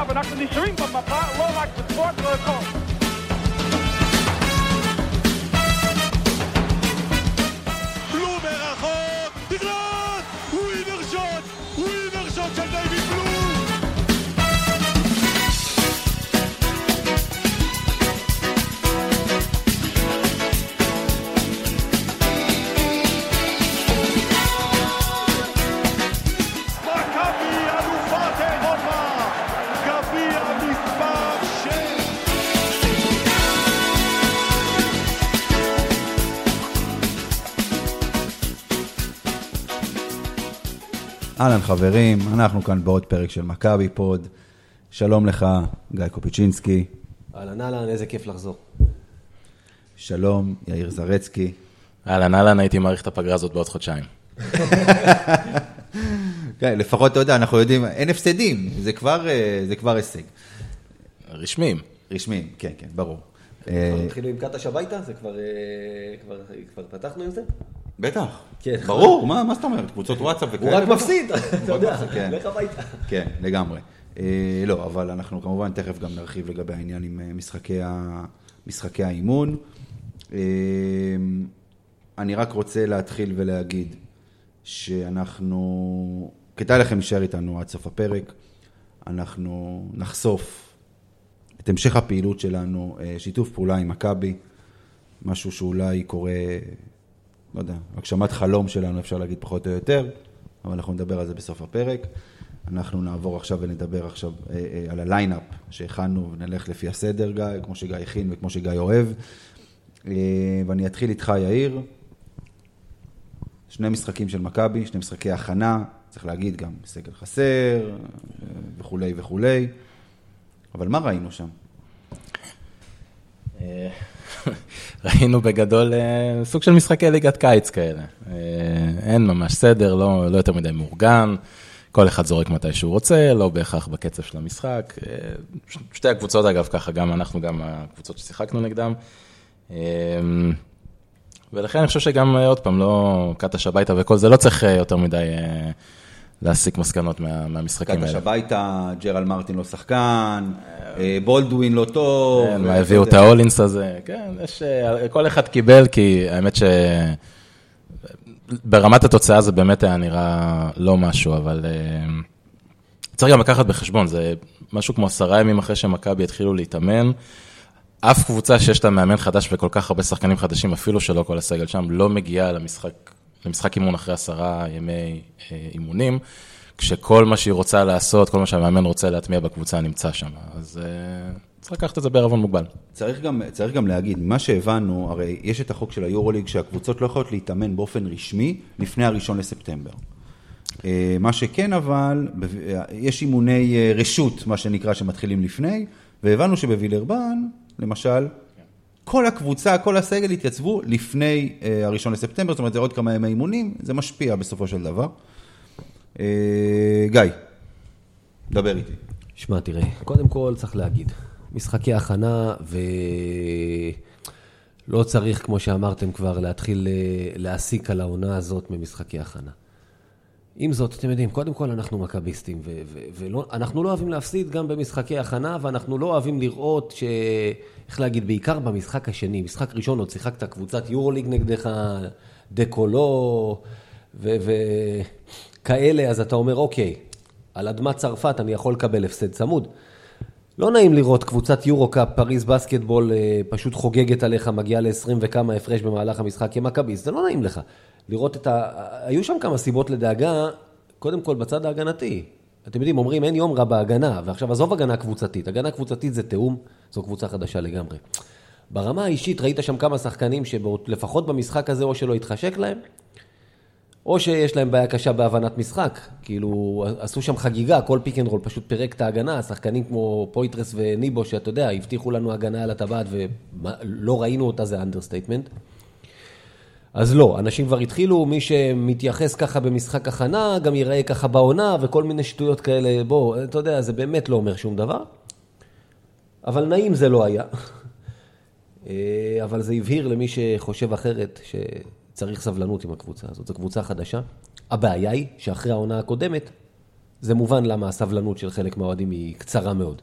אבל אנחנו נשארים במפה, לא רק בספורט, לא הכל. בלום מרחוק, תגלת! ווינר שוט של דיוויד בלום! אהלן חברים, אנחנו כאן בעוד פרק של מכבי פוד. שלום לך, גיא קופיצ'ינסקי. אהלן, איזה כיף לחזור. שלום, יאיר זרצקי. אהלן, הייתי מעריך את הפגרה הזאת בעוד חודשיים. לפחות אתה יודע, אנחנו יודעים, אין הפסדים, זה כבר הישג. רשמיים. רשמיים, כן, ברור. התחילו עם קטש הביתה? זה כבר פתחנו עם זה? בטח, כן. ברור, מה זאת אומרת? קבוצות וואטסאפ וכאלה. הוא רק מפסיד, אתה יודע, לך הביתה. כן, לגמרי. לא, אבל אנחנו כמובן תכף גם נרחיב לגבי העניין עם משחקי האימון. אני רק רוצה להתחיל ולהגיד שאנחנו, כדאי לכם להישאר איתנו עד סוף הפרק, אנחנו נחשוף את המשך הפעילות שלנו, שיתוף פעולה עם מכבי, משהו שאולי קורה, לא יודע, הגשמת חלום שלנו, אפשר להגיד פחות או יותר, אבל אנחנו נדבר על זה בסוף הפרק. אנחנו נעבור עכשיו ונדבר עכשיו על הליינאפ שהכנו ונלך לפי הסדר, גיא, כמו שגיא הכין וכמו שגיא אוהב. ואני אתחיל איתך, יאיר. 2 משחקים של מכבי, 2 משחקי הכנה, צריך להגיד גם סגל חסר וכולי וכולי. אבל מה ראינו שם? ראינו בגדול סוג של משחקי ליגת קיץ כאלה. אין ממש סדר, לא יותר מדי מאורגן. כל אחד זורק מתי שהוא רוצה, לא בהכרח בקצב של המשחק. שתי הקבוצות אגב ככה, גם אנחנו, גם הקבוצות ששיחקנו נגדם. ולכן אני חושב שגם עוד פעם, לא קטש הביתה וכל זה, לא צריך יותר מדי להסיק מסקנות מהמשחקים האלה. קטש הביתה, ג'רל מרטין לא שחקן, בולדווין לא טוב. כן, מה הביאו את האולינס הזה, כן, כל אחד קיבל, כי האמת ברמת התוצאה זה באמת היה נראה לא משהו, אבל צריך גם לקחת בחשבון, זה משהו כמו 10 ימים אחרי שמכבי התחילו להתאמן, אף קבוצה שיש לה מאמן חדש וכל כך הרבה שחקנים חדשים, אפילו שלא כל הסגל שם, לא מגיעה למשחק אימון אחרי 10 ימי אימונים, כשכל מה שהיא רוצה לעשות, כל מה שהמאמן רוצה להטמיע בקבוצה נמצא שם, אז צריך לקחת את זה בערבון מוגבל. צריך גם להגיד, מה שהבנו, הרי יש את החוק של היורוליג שהקבוצות לא יכולות להתאמן באופן רשמי לפני 1 לספטמבר. מה שכן אבל, יש אימוני רשות, מה שנקרא, שמתחילים לפני, והבנו שבווילרבן, למשל, כל הקבוצה, כל הסגל התייצבו לפני 1 לספטמבר, זאת אומרת, זה עוד כמה ימי אימונים, זה משפיע בסופו של דבר. גיא, דבר איתי. שמע, תראה, קודם כל צריך להגיד, משחקי הכנה, ולא צריך, כמו שאמרתם כבר, להתחיל להסיק על העונה הזאת ממשחקי הכנה. עם זאת, אתם יודעים, קודם כל אנחנו מכביסטים, ואנחנו לא אוהבים להפסיד גם במשחקי הכנה, ואנחנו לא אוהבים לראות איך להגיד, בעיקר במשחק השני, משחק ראשון, עוד שיחקת קבוצת יורוליג נגדך, דקולו, וכאלה, אז אתה אומר, אוקיי, על אדמת צרפת אני יכול לקבל הפסד צמוד. לא נעים לראות קבוצת יורו-קאפ, פריז בסקטבול, פשוט חוגגת עליך, מגיעה ל-20 וכמה הפרש במהלך המשחק כמכביסט, זה לא נעים לך. לראות היו שם כמה סיבות לדאגה, קודם כל בצד ההגנתי. אתם יודעים, אומרים אין יום רע בהגנה, ועכשיו עזוב הגנה קבוצתית. הגנה קבוצתית זה תאום, זו קבוצה חדשה לגמרי. ברמה האישית ראית שם כמה שחקנים שלפחות במשחק הזה או שלא התחשק להם, או שיש להם בעיה קשה בהבנת משחק. כאילו, עשו שם חגיגה, כל פיק אנד רול פשוט פירק את ההגנה, שחקנים כמו פויטרס וניבו, שאתה יודע, הבטיחו לנו הגנה על הטבעת, ולא ראינו אותה, זה אנדרסטייטמנט. אז לא, אנשים כבר התחילו, מי שמתייחס ככה במשחק הכנה, גם ייראה ככה בעונה, וכל מיני שטויות כאלה, בוא, אתה יודע, זה באמת לא אומר שום דבר. אבל נעים זה לא היה. אבל זה הבהיר למי שחושב אחרת, שצריך סבלנות עם הקבוצה הזאת. זו קבוצה חדשה. הבעיה היא שאחרי העונה הקודמת, זה מובן למה הסבלנות של חלק מהאוהדים היא קצרה מאוד.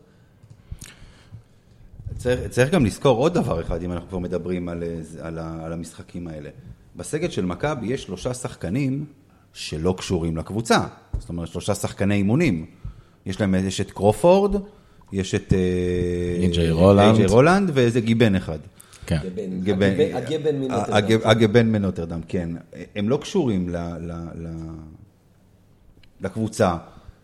צריך גם לזכור עוד דבר אחד, אם אנחנו כבר מדברים על המשחקים האלה. בסגל של מכבי יש 3 שחקנים שלא קשורים לקבוצה. זאת אומרת, 3 שחקני אימונים. יש את קרופורד, יש את אי.ג'יי רולנד, ואיזה גיבן אחד. כן. הגבן מנוטרדם, כן. הם לא קשורים לקבוצה.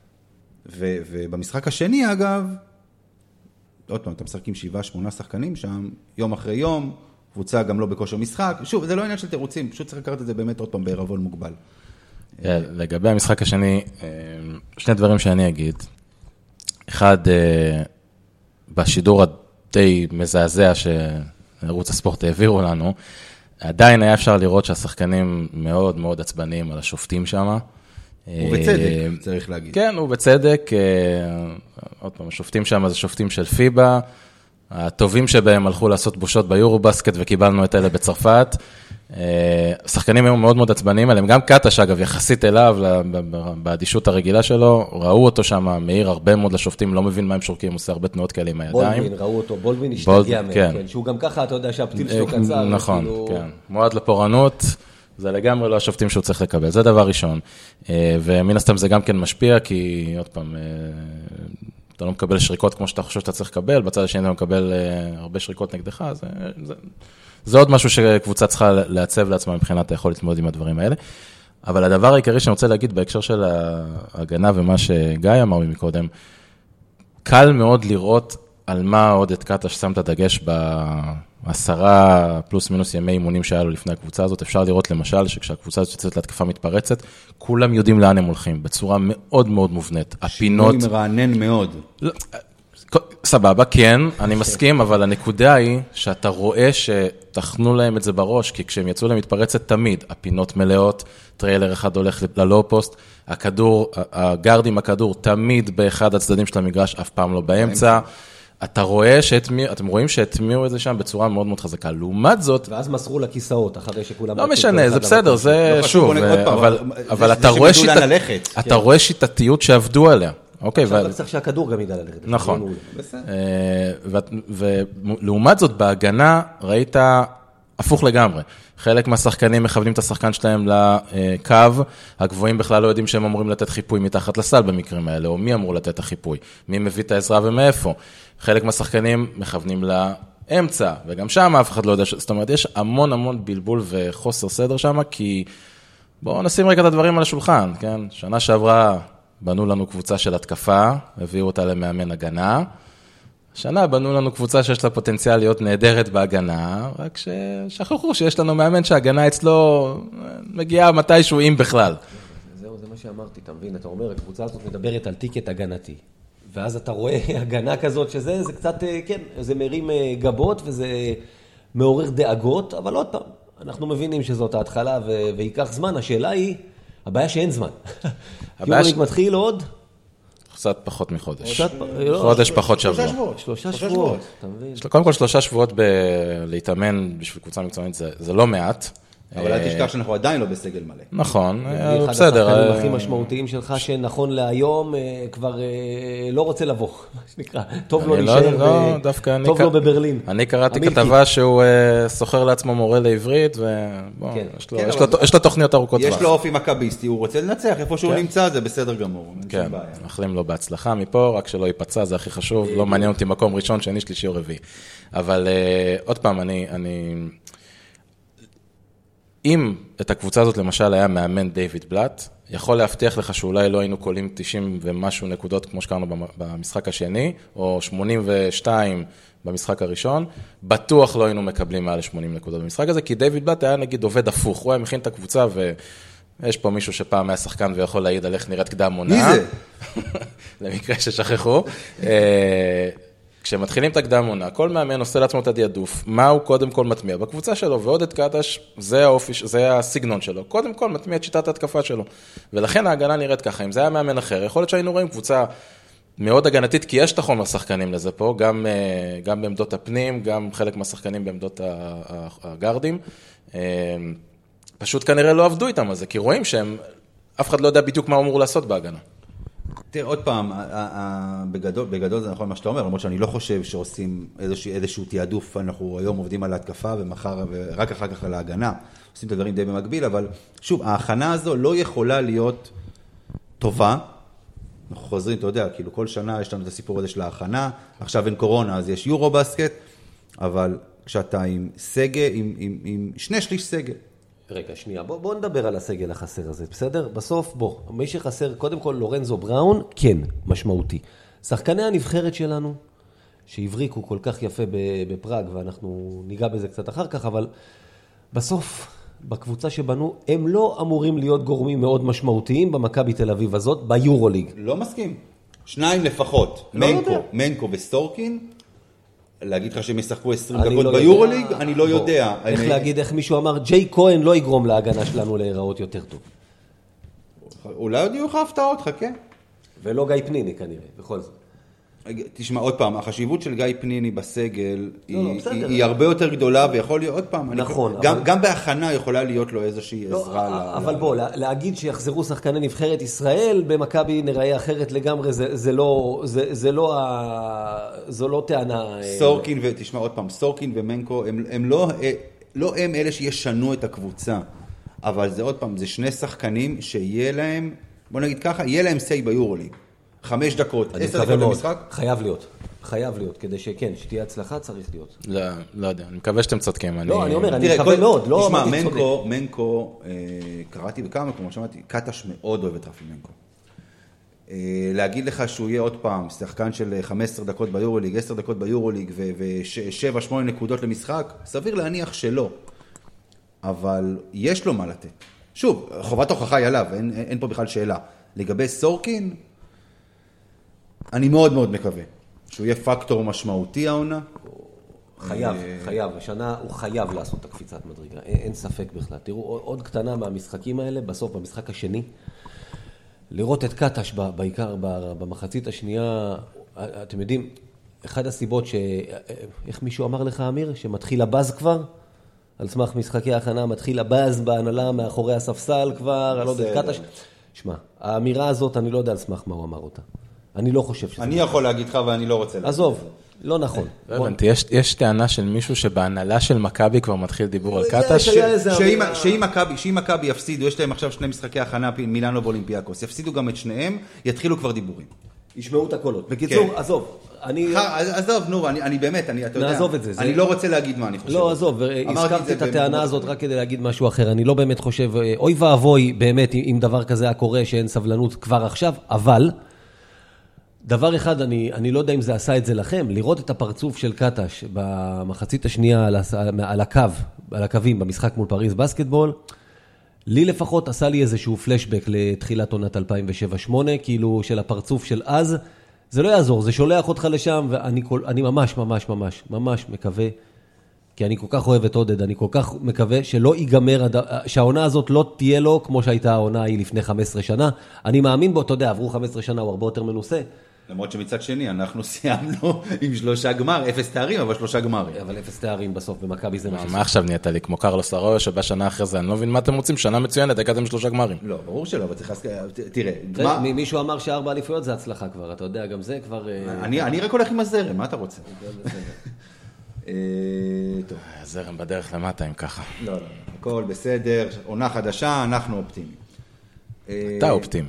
ובמשחק השני, אגב, עוד פעם, אתה משחקים 7-8 שחקנים שם, יום אחרי יום, קבוצה גם לא בכושר משחק. שוב, זה לא עניין של תירוצים, פשוט צריך לקחת את זה באמת עוד פעם בערבון מוגבל. לגבי המשחק השני, 2 דברים שאני אגיד. אחד, בשידור הדי מזעזע שערוץ הספורט העבירו לנו, עדיין היה אפשר לראות שהשחקנים מאוד מאוד עצבניים על השופטים שם. ובצדק, צריך להגיד. כן, ובצדק. עוד פעם, השופטים שם זה שופטים של פיבה. הטובים שבהם הלכו לעשות בושות ביורובסקט וקיבלנו את אלה בצרפת. השחקנים היו מאוד מאוד עצבניים עליהם, גם קטש אגב, יחסית אליו, באדישות הרגילה שלו, ראו אותו שם, מאיר הרבה מאוד לשופטים, לא מבין מה הם שורקים, עושה הרבה תנועות כאלה עם הידיים. בולדווין, ראו אותו, בולדווין השתגע מהם, שהוא גם ככה, אתה יודע שהפתיל שלו קצר. נכון, כן, מועד לפורענות, זה לגמרי לא השופטים שהוא צריך לקבל, זה דבר ראשון. ומן הסתם זה גם כן משפיע, כי עוד פעם, אתה לא מקבל שריקות כמו שאתה חושב שאתה צריך לקבל, בצד השני אתה מקבל הרבה שריקות נגדך, זה עוד משהו שקבוצה צריכה לעצב לעצמה מבחינת היכולת להתמודד עם הדברים האלה. אבל הדבר העיקרי שאני רוצה להגיד בהקשר של ההגנה ומה שגיא אמר מקודם, קל מאוד לראות על מה עוד את קטש שם את הדגש ב10 פלוס מינוס ימי אימונים שהיה לו לפני הקבוצה הזאת. אפשר לראות למשל שכשהקבוצה הזאת יוצאת להתקפה מתפרצת, כולם יודעים לאן הם הולכים, בצורה מאוד מאוד מובנית. הפינות... שינוי מרענן מאוד. סבבה, כן, אני מסכים, אבל הנקודה היא שאתה רואה שתכנו להם את זה בראש, כי כשהם יצאו להם מתפרצת תמיד, הפינות מלאות, טריילר אחד הולך ללואו פוסט, הכדור, הגארד עם הכדור תמיד באחד הצדדים של המגרש, אף פעם לא באמצע. אתה רואה אתם רואים שהטמיעו את זה שם בצורה מאוד מאוד חזקה. לעומת זאת... ואז מסרו לכיסאות אחרי שכולם... לא משנה, זה בסדר, זה שוב, אבל אתה רואה שיטתיות שעבדו עליה. אוקיי, עכשיו צריך שהכדור גם ידע ללכת. נכון. ולעומת זאת, בהגנה ראית הפוך לגמרי. חלק מהשחקנים מכוונים את השחקן שלהם לקו, הגבוהים בכלל לא יודעים שהם אמורים לתת חיפוי מתחת לסל במקרים האלה, או מי אמור לתת את החיפוי, מי מביא את העזרה ומאיפה. חלק מהשחקנים מכוונים לאמצע, וגם שם אף אחד לא יודע, זאת אומרת, יש המון המון בלבול וחוסר סדר שם, כי בואו נשים רגע את הדברים על השולחן, כן? שנה שעברה בנו לנו קבוצה של התקפה, הביאו אותה למאמן הגנה. השנה בנו לנו קבוצה שיש לה פוטנציאל להיות נהדרת בהגנה, רק ששכחו שיש לנו מאמן שההגנה אצלו מגיעה מתישהו אם בכלל. זהו, זה מה שאמרתי, אתה מבין? אתה אומר, הקבוצה הזאת מדברת על טיקט הגנתי. ואז אתה רואה הגנה כזאת שזה, זה קצת, כן, זה מרים גבות וזה מעורר דאגות, אבל עוד פעם, אנחנו מבינים שזאת ההתחלה ויקח זמן. השאלה היא, הבעיה שאין זמן. יורוליג מתחיל עוד? קצת פחות מחודש. חודש פחות שבוע. 3 שבועות, אתה מבין? קודם כל 3 שבועות להתאמן בשביל קבוצה מקצוענית זה לא מעט. אבל אל תשכח שאנחנו עדיין לא בסגל מלא. נכון, בסדר. אחד השחקנים הכי משמעותיים שלך שנכון להיום כבר לא רוצה לבוא, מה שנקרא. טוב לו להישאר, טוב לו בברלין. אני קראתי כתבה שהוא סוחר לעצמו מורה לעברית, ויש לו תוכניות ארוכות. יש לו אופי מכביסטי, הוא רוצה לנצח, איפה שהוא נמצא זה בסדר גמור. כן, מאחלים לו בהצלחה מפה, רק שלא ייפצע, זה הכי חשוב, לא מעניין אותי מקום ראשון, שני, שלישי או רביעי. אבל עוד פעם, אם את הקבוצה הזאת למשל היה מאמן דיוויד בלאט, יכול להבטיח לך שאולי לא היינו קולים 90 ומשהו נקודות כמו שקראנו במשחק השני, או 82 במשחק הראשון, בטוח לא היינו מקבלים מעל 80 נקודות במשחק הזה, כי דיוויד בלאט היה נגיד עובד הפוך, הוא היה מכין את הקבוצה ויש פה מישהו שפעם היה שחקן ויכול להעיד על איך נראית קדם עונה. מי זה? למקרה ששכחו. כשמתחילים את הקדם עונה, כל מאמן עושה לעצמו את הדידוף, מה הוא קודם כל מטמיע בקבוצה שלו, ועוד את קטש, זה האופי, זה הסגנון שלו, קודם כל מטמיע את שיטת ההתקפה שלו, ולכן ההגנה נראית ככה, אם זה היה מאמן אחר, יכול להיות שהיינו רואים קבוצה מאוד הגנתית, כי יש את החומר שחקנים לזה פה, גם בעמדות הפנים, גם חלק מהשחקנים בעמדות הגארדים, פשוט כנראה לא עבדו איתם על זה, כי רואים שהם, אף אחד לא יודע בדיוק מה הוא אמור לעשות בהגנה. תראה, עוד פעם, בגדול זה נכון מה שאתה אומר, למרות שאני לא חושב שעושים איזשהו תיעדוף, אנחנו היום עובדים על ההתקפה ומחר ורק אחר כך על ההגנה, עושים את הדברים די במקביל, אבל שוב, ההכנה הזו לא יכולה להיות טובה, אנחנו חוזרים, אתה יודע, כאילו כל שנה יש לנו את הסיפור הזה של ההכנה, עכשיו אין קורונה, אז יש יורו בסקט, אבל כשאתה עם סגל, עם 2/3 סגל. רגע, שנייה, בוא נדבר על הסגל החסר הזה, בסדר? בסוף, מי שחסר, קודם כל, לורנזו בראון, כן, משמעותי. שחקני הנבחרת שלנו, שהבריקו כל כך יפה בפראג, ואנחנו ניגע בזה קצת אחר כך, אבל בסוף, בקבוצה שבנו, הם לא אמורים להיות גורמים מאוד משמעותיים במכבי תל אביב הזאת, ביורוליג. לא מסכים. 2 לפחות, מנקו וסטורקין, להגיד לך שהם ישחקו 20 דקות ביורוליג, אני לא יודע. איך להגיד, איך מישהו אמר, ג'יי כהן לא יגרום להגנה שלנו להיראות יותר טוב. אולי עוד יהיו לך הפתעות, חכה. ולא גיא פניני כנראה, בכל זאת. תשמע, עוד פעם, החשיבות של גיא פניני בסגל היא הרבה יותר גדולה, ויכול להיות, עוד פעם, נכון, גם בהכנה יכולה להיות לו איזושהי עזרה. אבל בוא, להגיד שיחזרו שחקני נבחרת ישראל, במכבי נראה אחרת לגמרי, זו לא טענה. סורקין, ותשמע עוד פעם, סורקין ומנקו, הם לא הם אלה שישנו את הקבוצה, אבל זה עוד פעם, זה 2 שחקנים שיהיה להם, בוא נגיד ככה, יהיה להם סי ביורוליג. 5 דקות, 10 דקות למשחק? חייב להיות, כדי שכן, שתהיה הצלחה צריך להיות. לא יודע, אני מקווה שאתם צודקים. לא, אני אומר, אני מקווה מאוד, לא אמרתי צודק. תשמע, מנקו, קראתי בכמה מקומות, שמעתי, קטש מאוד אוהב את רפי מנקו. להגיד לך שהוא יהיה עוד פעם, שחקן של 15 דקות ביורוליג, 10 דקות ביורוליג, ו7-8 נקודות למשחק, סביר להניח שלא. אבל יש לו מה לתת. שוב, חובת הוכחה היא עליו, אין פה בכלל שאלה. לגבי סורקין, אני מאוד מאוד מקווה שהוא יהיה פקטור משמעותי העונה. חייב, השנה הוא חייב לעשות את הקפיצת מדרגה, אין ספק בכלל. תראו, עוד קטנה מהמשחקים האלה, בסוף במשחק השני, לראות את קטש בעיקר במחצית השנייה, אתם יודעים, אחד הסיבות איך מישהו אמר לך, אמיר, שמתחיל הבאז כבר, על סמך משחקי ההכנה, מתחיל הבאז בהנהלה מאחורי הספסל כבר, על עוד את קטש. שמע, האמירה הזאת, אני לא יודע על סמך מה הוא אמר אותה. אני לא חושב שזה... אני יכול להגיד לך ואני לא רוצה להגיד. עזוב, לא נכון. לא הבנתי, יש טענה של מישהו שבהנהלה של מכבי כבר מתחיל דיבור על קטש? שאם מכבי יפסידו, יש להם עכשיו 2 משחקי הכנה, מילאנו ואולימפיאקוס, יפסידו גם את שניהם, יתחילו כבר דיבורים. ישמעו את הקולות. בקיצור, עזוב. עזוב, נו, אני באמת, אתה יודע, נעזוב את זה. אני לא רוצה להגיד מה אני חושב. לא, עזוב, הזכרתי את הטענה הזאת רק כדי להגיד משהו אחר. אני לא באמת חושב, אוי ואבוי באמת אם דבר כזה היה קורה שאין סבלנות כבר עכשיו, אבל דבר אחד, אני לא יודע אם זה עשה את זה לכם, לראות את הפרצוף של קטש במחצית השנייה על הקווים במשחק מול פריז בסקטבול, לי לפחות עשה לי איזשהו פלשבק לתחילת עונת 2007-2008, כאילו של הפרצוף של אז, זה לא יעזור, זה שולח אותך לשם, ואני ממש מקווה, כי אני כל כך אוהב את עודד, אני כל כך מקווה שלא ייגמר, שהעונה הזאת לא תהיה לו כמו שהייתה העונה היא לפני 15 שנה, אני מאמין בו, אתה יודע, עברו 15 שנה, הוא הרבה יותר מנוסה. למרות שמצד שני, אנחנו סיימנו עם 3 גמר, 0 תארים, אבל 3 גמרים. אבל 0 תארים בסוף, במכבי זה מה עכשיו נהיית לי? כמו קרלוס ארויה, שבשנה אחרי זה, אני לא מבין מה אתם רוצים, שנה מצוינת, הגעתם 3 גמרים. לא, ברור שלא, אבל צריך... תראה, מישהו אמר ש4 אליפויות זה הצלחה כבר, אתה יודע, גם זה כבר... אני רק הולך עם הזרם, מה אתה רוצה? טוב. הזרם בדרך למטה, אם ככה. לא, הכל בסדר, עונה חדשה, אנחנו אופטימיים. אתה אופטימי.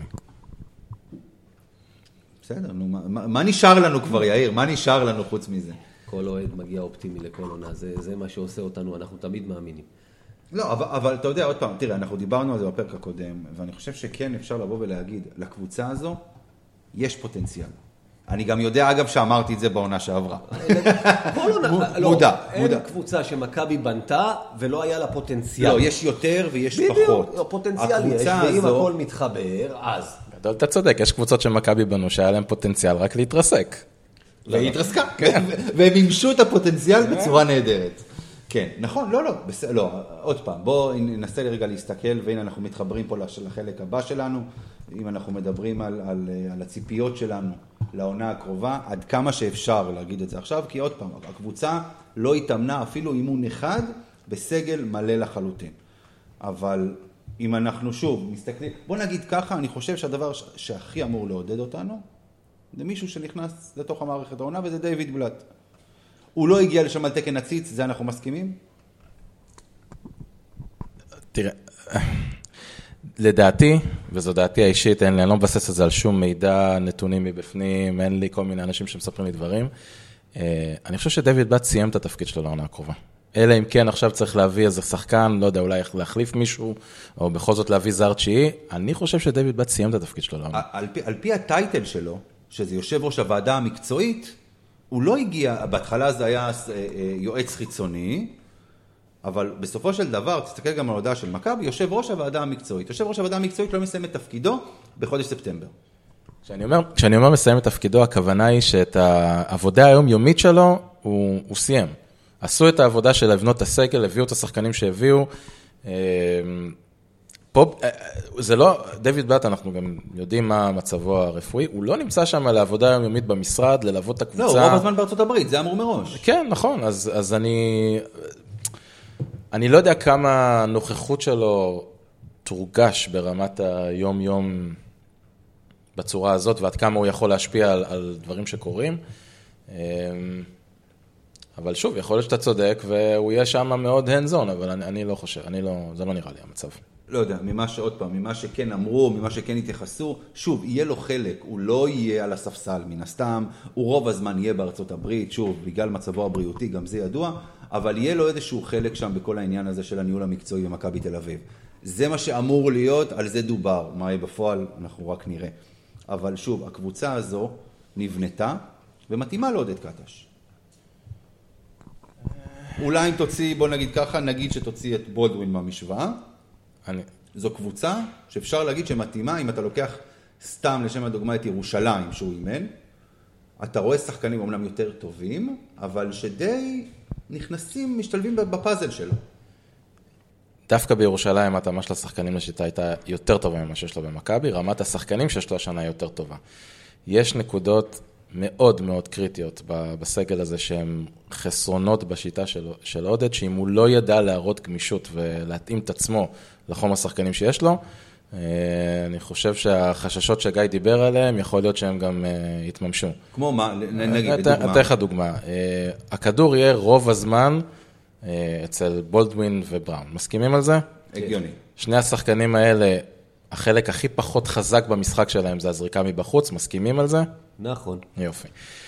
בסדר, נו, מה נשאר לנו כבר, יאיר? מה נשאר לנו חוץ מזה? כל אוהד מגיע אופטימי לכל עונה, זה מה שעושה אותנו, אנחנו תמיד מאמינים. לא, אבל אתה יודע, עוד פעם, תראה, אנחנו דיברנו על זה בפרק הקודם, ואני חושב שכן אפשר לבוא ולהגיד, לקבוצה הזו יש פוטנציאל. אני גם יודע, אגב, שאמרתי את זה בעונה שעברה. מודע. אין קבוצה שמכבי בנתה ולא היה לה פוטנציאל. לא, יש יותר ויש פחות. בדיוק, פוטנציאל יש, ואם הכל מתחבר, אז... גדול, אתה צודק, יש קבוצות שמכבי בנו שהיה להם פוטנציאל רק להתרסק. והיא התרסקה, כן. והם ימשו את הפוטנציאל בצורה נהדרת. כן, נכון, לא, עוד פעם, בואו ננסה רגע להסתכל, והנה אנחנו מתחברים פה לחלק הבא שלנו, אם אנחנו מדברים על הציפיות שלנו לעונה הקרובה, עד כמה שאפשר להגיד את זה עכשיו, כי עוד פעם, הקבוצה לא התאמנה אפילו אימון אחד בסגל מלא לחלוטין. אבל אם אנחנו שוב מסתכלים, בוא נגיד ככה, אני חושב שהדבר שהכי אמור לעודד אותנו, זה מישהו שנכנס לתוך המערכת העונה, וזה דיוויד בלאט. הוא לא הגיע לשם על תקן הציץ, זה אנחנו מסכימים? תראה, לדעתי, וזו דעתי האישית, אני לא מבסס את זה על שום מידע, נתונים מבפנים, אין לי כל מיני אנשים שמספרים לי דברים. אני חושב שדיוויד בלאט סיים את התפקיד שלו לעונה הקרובה. אלא אם כן עכשיו צריך להביא איזה שחקן, לא יודע, אולי להחליף מישהו, או בכל זאת להביא זר תשיעי, אני חושב שדיוויד בלאט סיים את התפקיד שלו לעונה. על פי הטייטל שלו, שזה יושב ראש הוועדה המקצועית, הוא לא הגיע, בהתחלה זה היה יועץ חיצוני, אבל בסופו של דבר, תסתכל גם על ההודעה של מכבי, יושב ראש הוועדה המקצועית. יושב ראש הוועדה המקצועית לא מסיים את תפקידו בחודש ספטמבר. כשאני אומר מסיים את תפקידו, הכוונה היא שאת העבודה היומיומית שלו, הוא סיים. עשו את העבודה של לבנות את הסגל, הביאו את השחקנים שהביאו. פה, זה לא, דיוויד בלאט, אנחנו גם יודעים מה מצבו הרפואי, הוא לא נמצא שם לעבודה היומיומית במשרד, ללוות את הקבוצה. לא, רוב הזמן בארצות הברית, זה אמור מראש. כן, נכון, אז אני לא יודע כמה הנוכחות שלו תורגש ברמת היום-יום בצורה הזאת, ועד כמה הוא יכול להשפיע על דברים שקורים. אבל שוב, יכול להיות שאתה צודק, והוא יהיה שם מאוד hands-on, אבל אני לא חושב, זה לא נראה לי המצב. לא יודע, עוד פעם, ממה שכן אמרו, ממה שכן התייחסו, שוב, יהיה לו חלק, הוא לא יהיה על הספסל מן הסתם, הוא רוב הזמן יהיה בארצות הברית, שוב, בגלל מצבו הבריאותי, גם זה ידוע, אבל יהיה לו איזשהו חלק שם בכל העניין הזה של הניהול המקצועי במכבי תל אביב. זה מה שאמור להיות, על זה דובר, מה יהיה בפועל, אנחנו רק נראה. אבל שוב, הקבוצה הזו נבנתה ומתאימה לעודד קטש. אולי אם תוציא, בוא נגיד ככה, נגיד שתוציא את בולדווין מהמשוואה. זו קבוצה שאפשר להגיד שמתאימה, אם אתה לוקח סתם לשם הדוגמה את ירושלים שהוא אימן, אתה רואה שחקנים אומנם יותר טובים, אבל שדי נכנסים, משתלבים בפאזל שלו. דווקא בירושלים התאמה של השחקנים לשיטה הייתה יותר טובה ממה שיש לו במכבי, רמת השחקנים שיש לו השנה יותר טובה. יש נקודות מאוד מאוד קריטיות בסגל הזה שהן חסרונות בשיטה של עודד, שאם הוא לא ידע להראות גמישות ולהתאים את עצמו לחום השחקנים שיש לו, אני חושב שהחששות שגיא דיבר עליהם, יכול להיות שהם גם יתממשו. כמו מה? נגיד בדוגמה. אתן לך דוגמה. הכדור יהיה רוב הזמן אצל בולדווין ובראון. מסכימים על זה? הגיוני. שני השחקנים האלה, החלק הכי פחות חזק במשחק שלהם זה הזריקה מבחוץ. מסכימים על זה? נכון. יופי.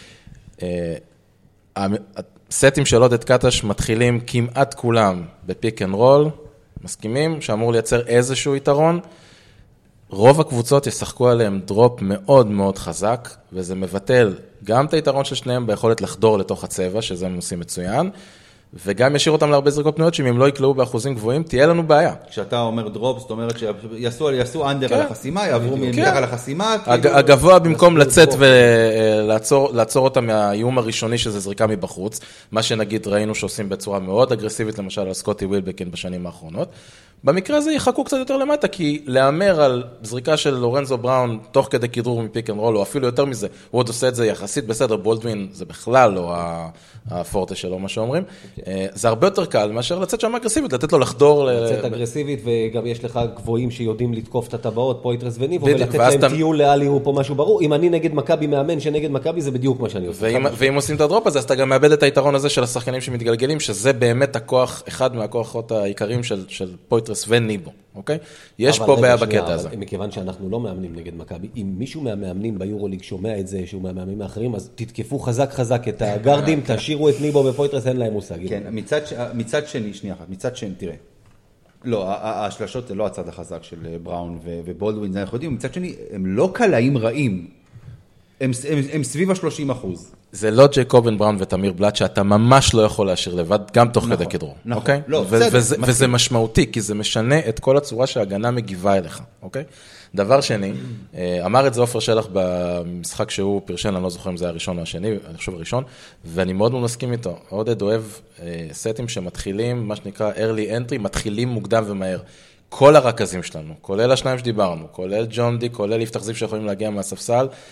הסטים של עודד קטש מתחילים כמעט כולם בפיק אנד רול. מסכימים? שאמור לייצר איזשהו יתרון. רוב הקבוצות ישחקו עליהם דרופ מאוד מאוד חזק, וזה מבטל גם את היתרון של שניהם ביכולת לחדור לתוך הצבע, שזה הם עושים מצוין, וגם ישאיר אותם להרבה זריקות פנויות, שאם הם לא יקלעו באחוזים גבוהים, תהיה לנו בעיה. כשאתה אומר דרופ, זאת אומרת שיעשו אנדר על החסימה, יעברו מתחת לחסימה. הגבוה במקום לצאת ולעצור אותם מהאיום הראשוני, שזה זריקה מבחוץ, מה שנגיד ראינו שעושים בצורה מאוד אגרסיבית, למשל על סקוטי ווילבקין בשנים האחרונות. במקרה הזה יחכו קצת יותר למטה, כי לאמר על זריקה של לורנזו בראון, תוך כדי כדרור מפיק אנד רול, או אפילו יותר מזה, הוא עוד עושה את זה יחסית בסדר, בולדווין זה בכלל לא הפורטה שלו, מה שאומרים. זה הרבה יותר קל מאשר לצאת שם אגרסיבית, לתת לו לחדור. לצאת אגרסיבית, וגם יש לך גבוהים שיודעים לתקוף את הטבעות, פויטרס וניבו, ולתת להם טיול לאלי, הוא פה משהו ברור. אם אני נגד מכבי מאמן שנגד מכבי, זה בדיוק מה שאני עושה. ואם עושים את הדרופ הזה, אז אתה גם מאבד את היתרון הזה של השחקנים שמתגלגלים, שזה באמת הכוח, אחד מהכוחות העיקריים של פויטרס וניבו, אוקיי? יש פה בעיה בקטע הזה. מכיוון שאנחנו לא מאמנים נגד מכבי, אם מישהו מהמאמנים ביורוליג שומע את זה, שהוא מהמאמנים האחרים, אז תתקפו חזק את הגארדים, תשאירו את ניבו ופויטרס, אין להם מושג. כן, מצד שני, שנייה אחת, מצד שני, תראה, לא, השלשות זה לא הצד החזק של בראון ובולדווין, זה אנחנו יודעים, מצד שני, הם לא קלעים רעים, הם סביב ה-30%. זה לא ג'ייקובן בראון ותמיר בלאט, שאתה ממש לא יכול להשאיר לבד, גם תוך כדי כדרור, אוקיי? וזה משמעותי, כי זה משנה את כל הצורה שההגנה מגיבה אליך, אוקיי? דבר שני, אמר את זה עופר שלח במשחק שהוא פרשן, אני לא זוכר אם זה היה הראשון או השני, אני חושב הראשון, ואני מאוד מאוד מסכים איתו. עודד אוהב סטים שמתחילים, מה שנקרא early entry, מתחילים מוקדם ומהר. כל הרכזים שלנו, כולל השניים שדיברנו, כולל ג'ון די, כולל יפתח זיו שיכולים להגיע מהספסל,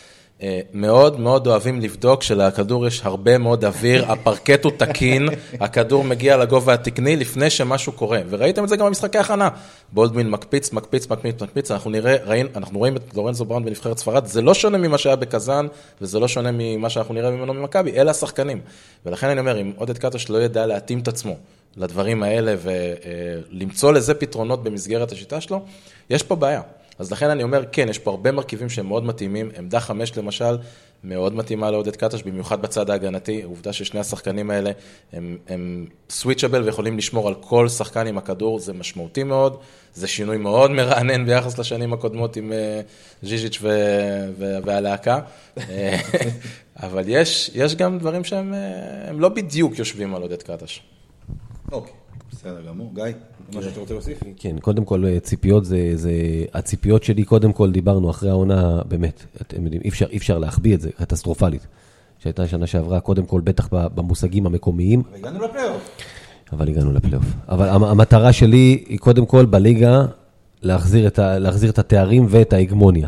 מאוד מאוד אוהבים לבדוק שלכדור יש הרבה מאוד אוויר, הפרקט הוא תקין, הכדור מגיע לגובה התקני לפני שמשהו קורה. וראיתם את זה גם במשחקי הכנה. בולדווין מקפיץ, אנחנו רואים את לורנזו בראון בנבחרת ספרד, זה לא שונה ממה שהיה בקזן, וזה לא שונה ממה שאנחנו נראה ממנו ממכבי, אלה השחקנים. ולכן אני אומר, אם עודד קטש לא ידע להתאים את עצמו לדברים האלה, ולמצוא לזה פתרונות במסגרת השיטה שלו, יש פה בעיה. אז לכן אני אומר, כן, יש פה הרבה מרכיבים שהם מאוד מתאימים, עמדה 5 למשל, מאוד מתאימה לעודד קטש, במיוחד בצד ההגנתי, העובדה ששני השחקנים האלה הם סוויצ'בל ויכולים לשמור על כל שחקן עם הכדור, זה משמעותי מאוד, זה שינוי מאוד מרענן ביחס לשנים הקודמות עם ז'יז'יץ' והלהקה, אבל יש גם דברים שהם לא בדיוק יושבים על עודד קטש. אוקיי, בסדר גמור. גיא, מה שאתה רוצה להוסיף? כן, קודם כל ציפיות הציפיות שלי, קודם כל דיברנו אחרי העונה, באמת, אתם יודעים, אי אפשר להחביא את זה, קטסטרופלית, שהייתה שנה שעברה, קודם כל בטח במושגים המקומיים. אבל הגענו לפלייאוף. אבל המטרה שלי היא קודם כל בליגה, להחזיר את התארים ואת ההגמוניה.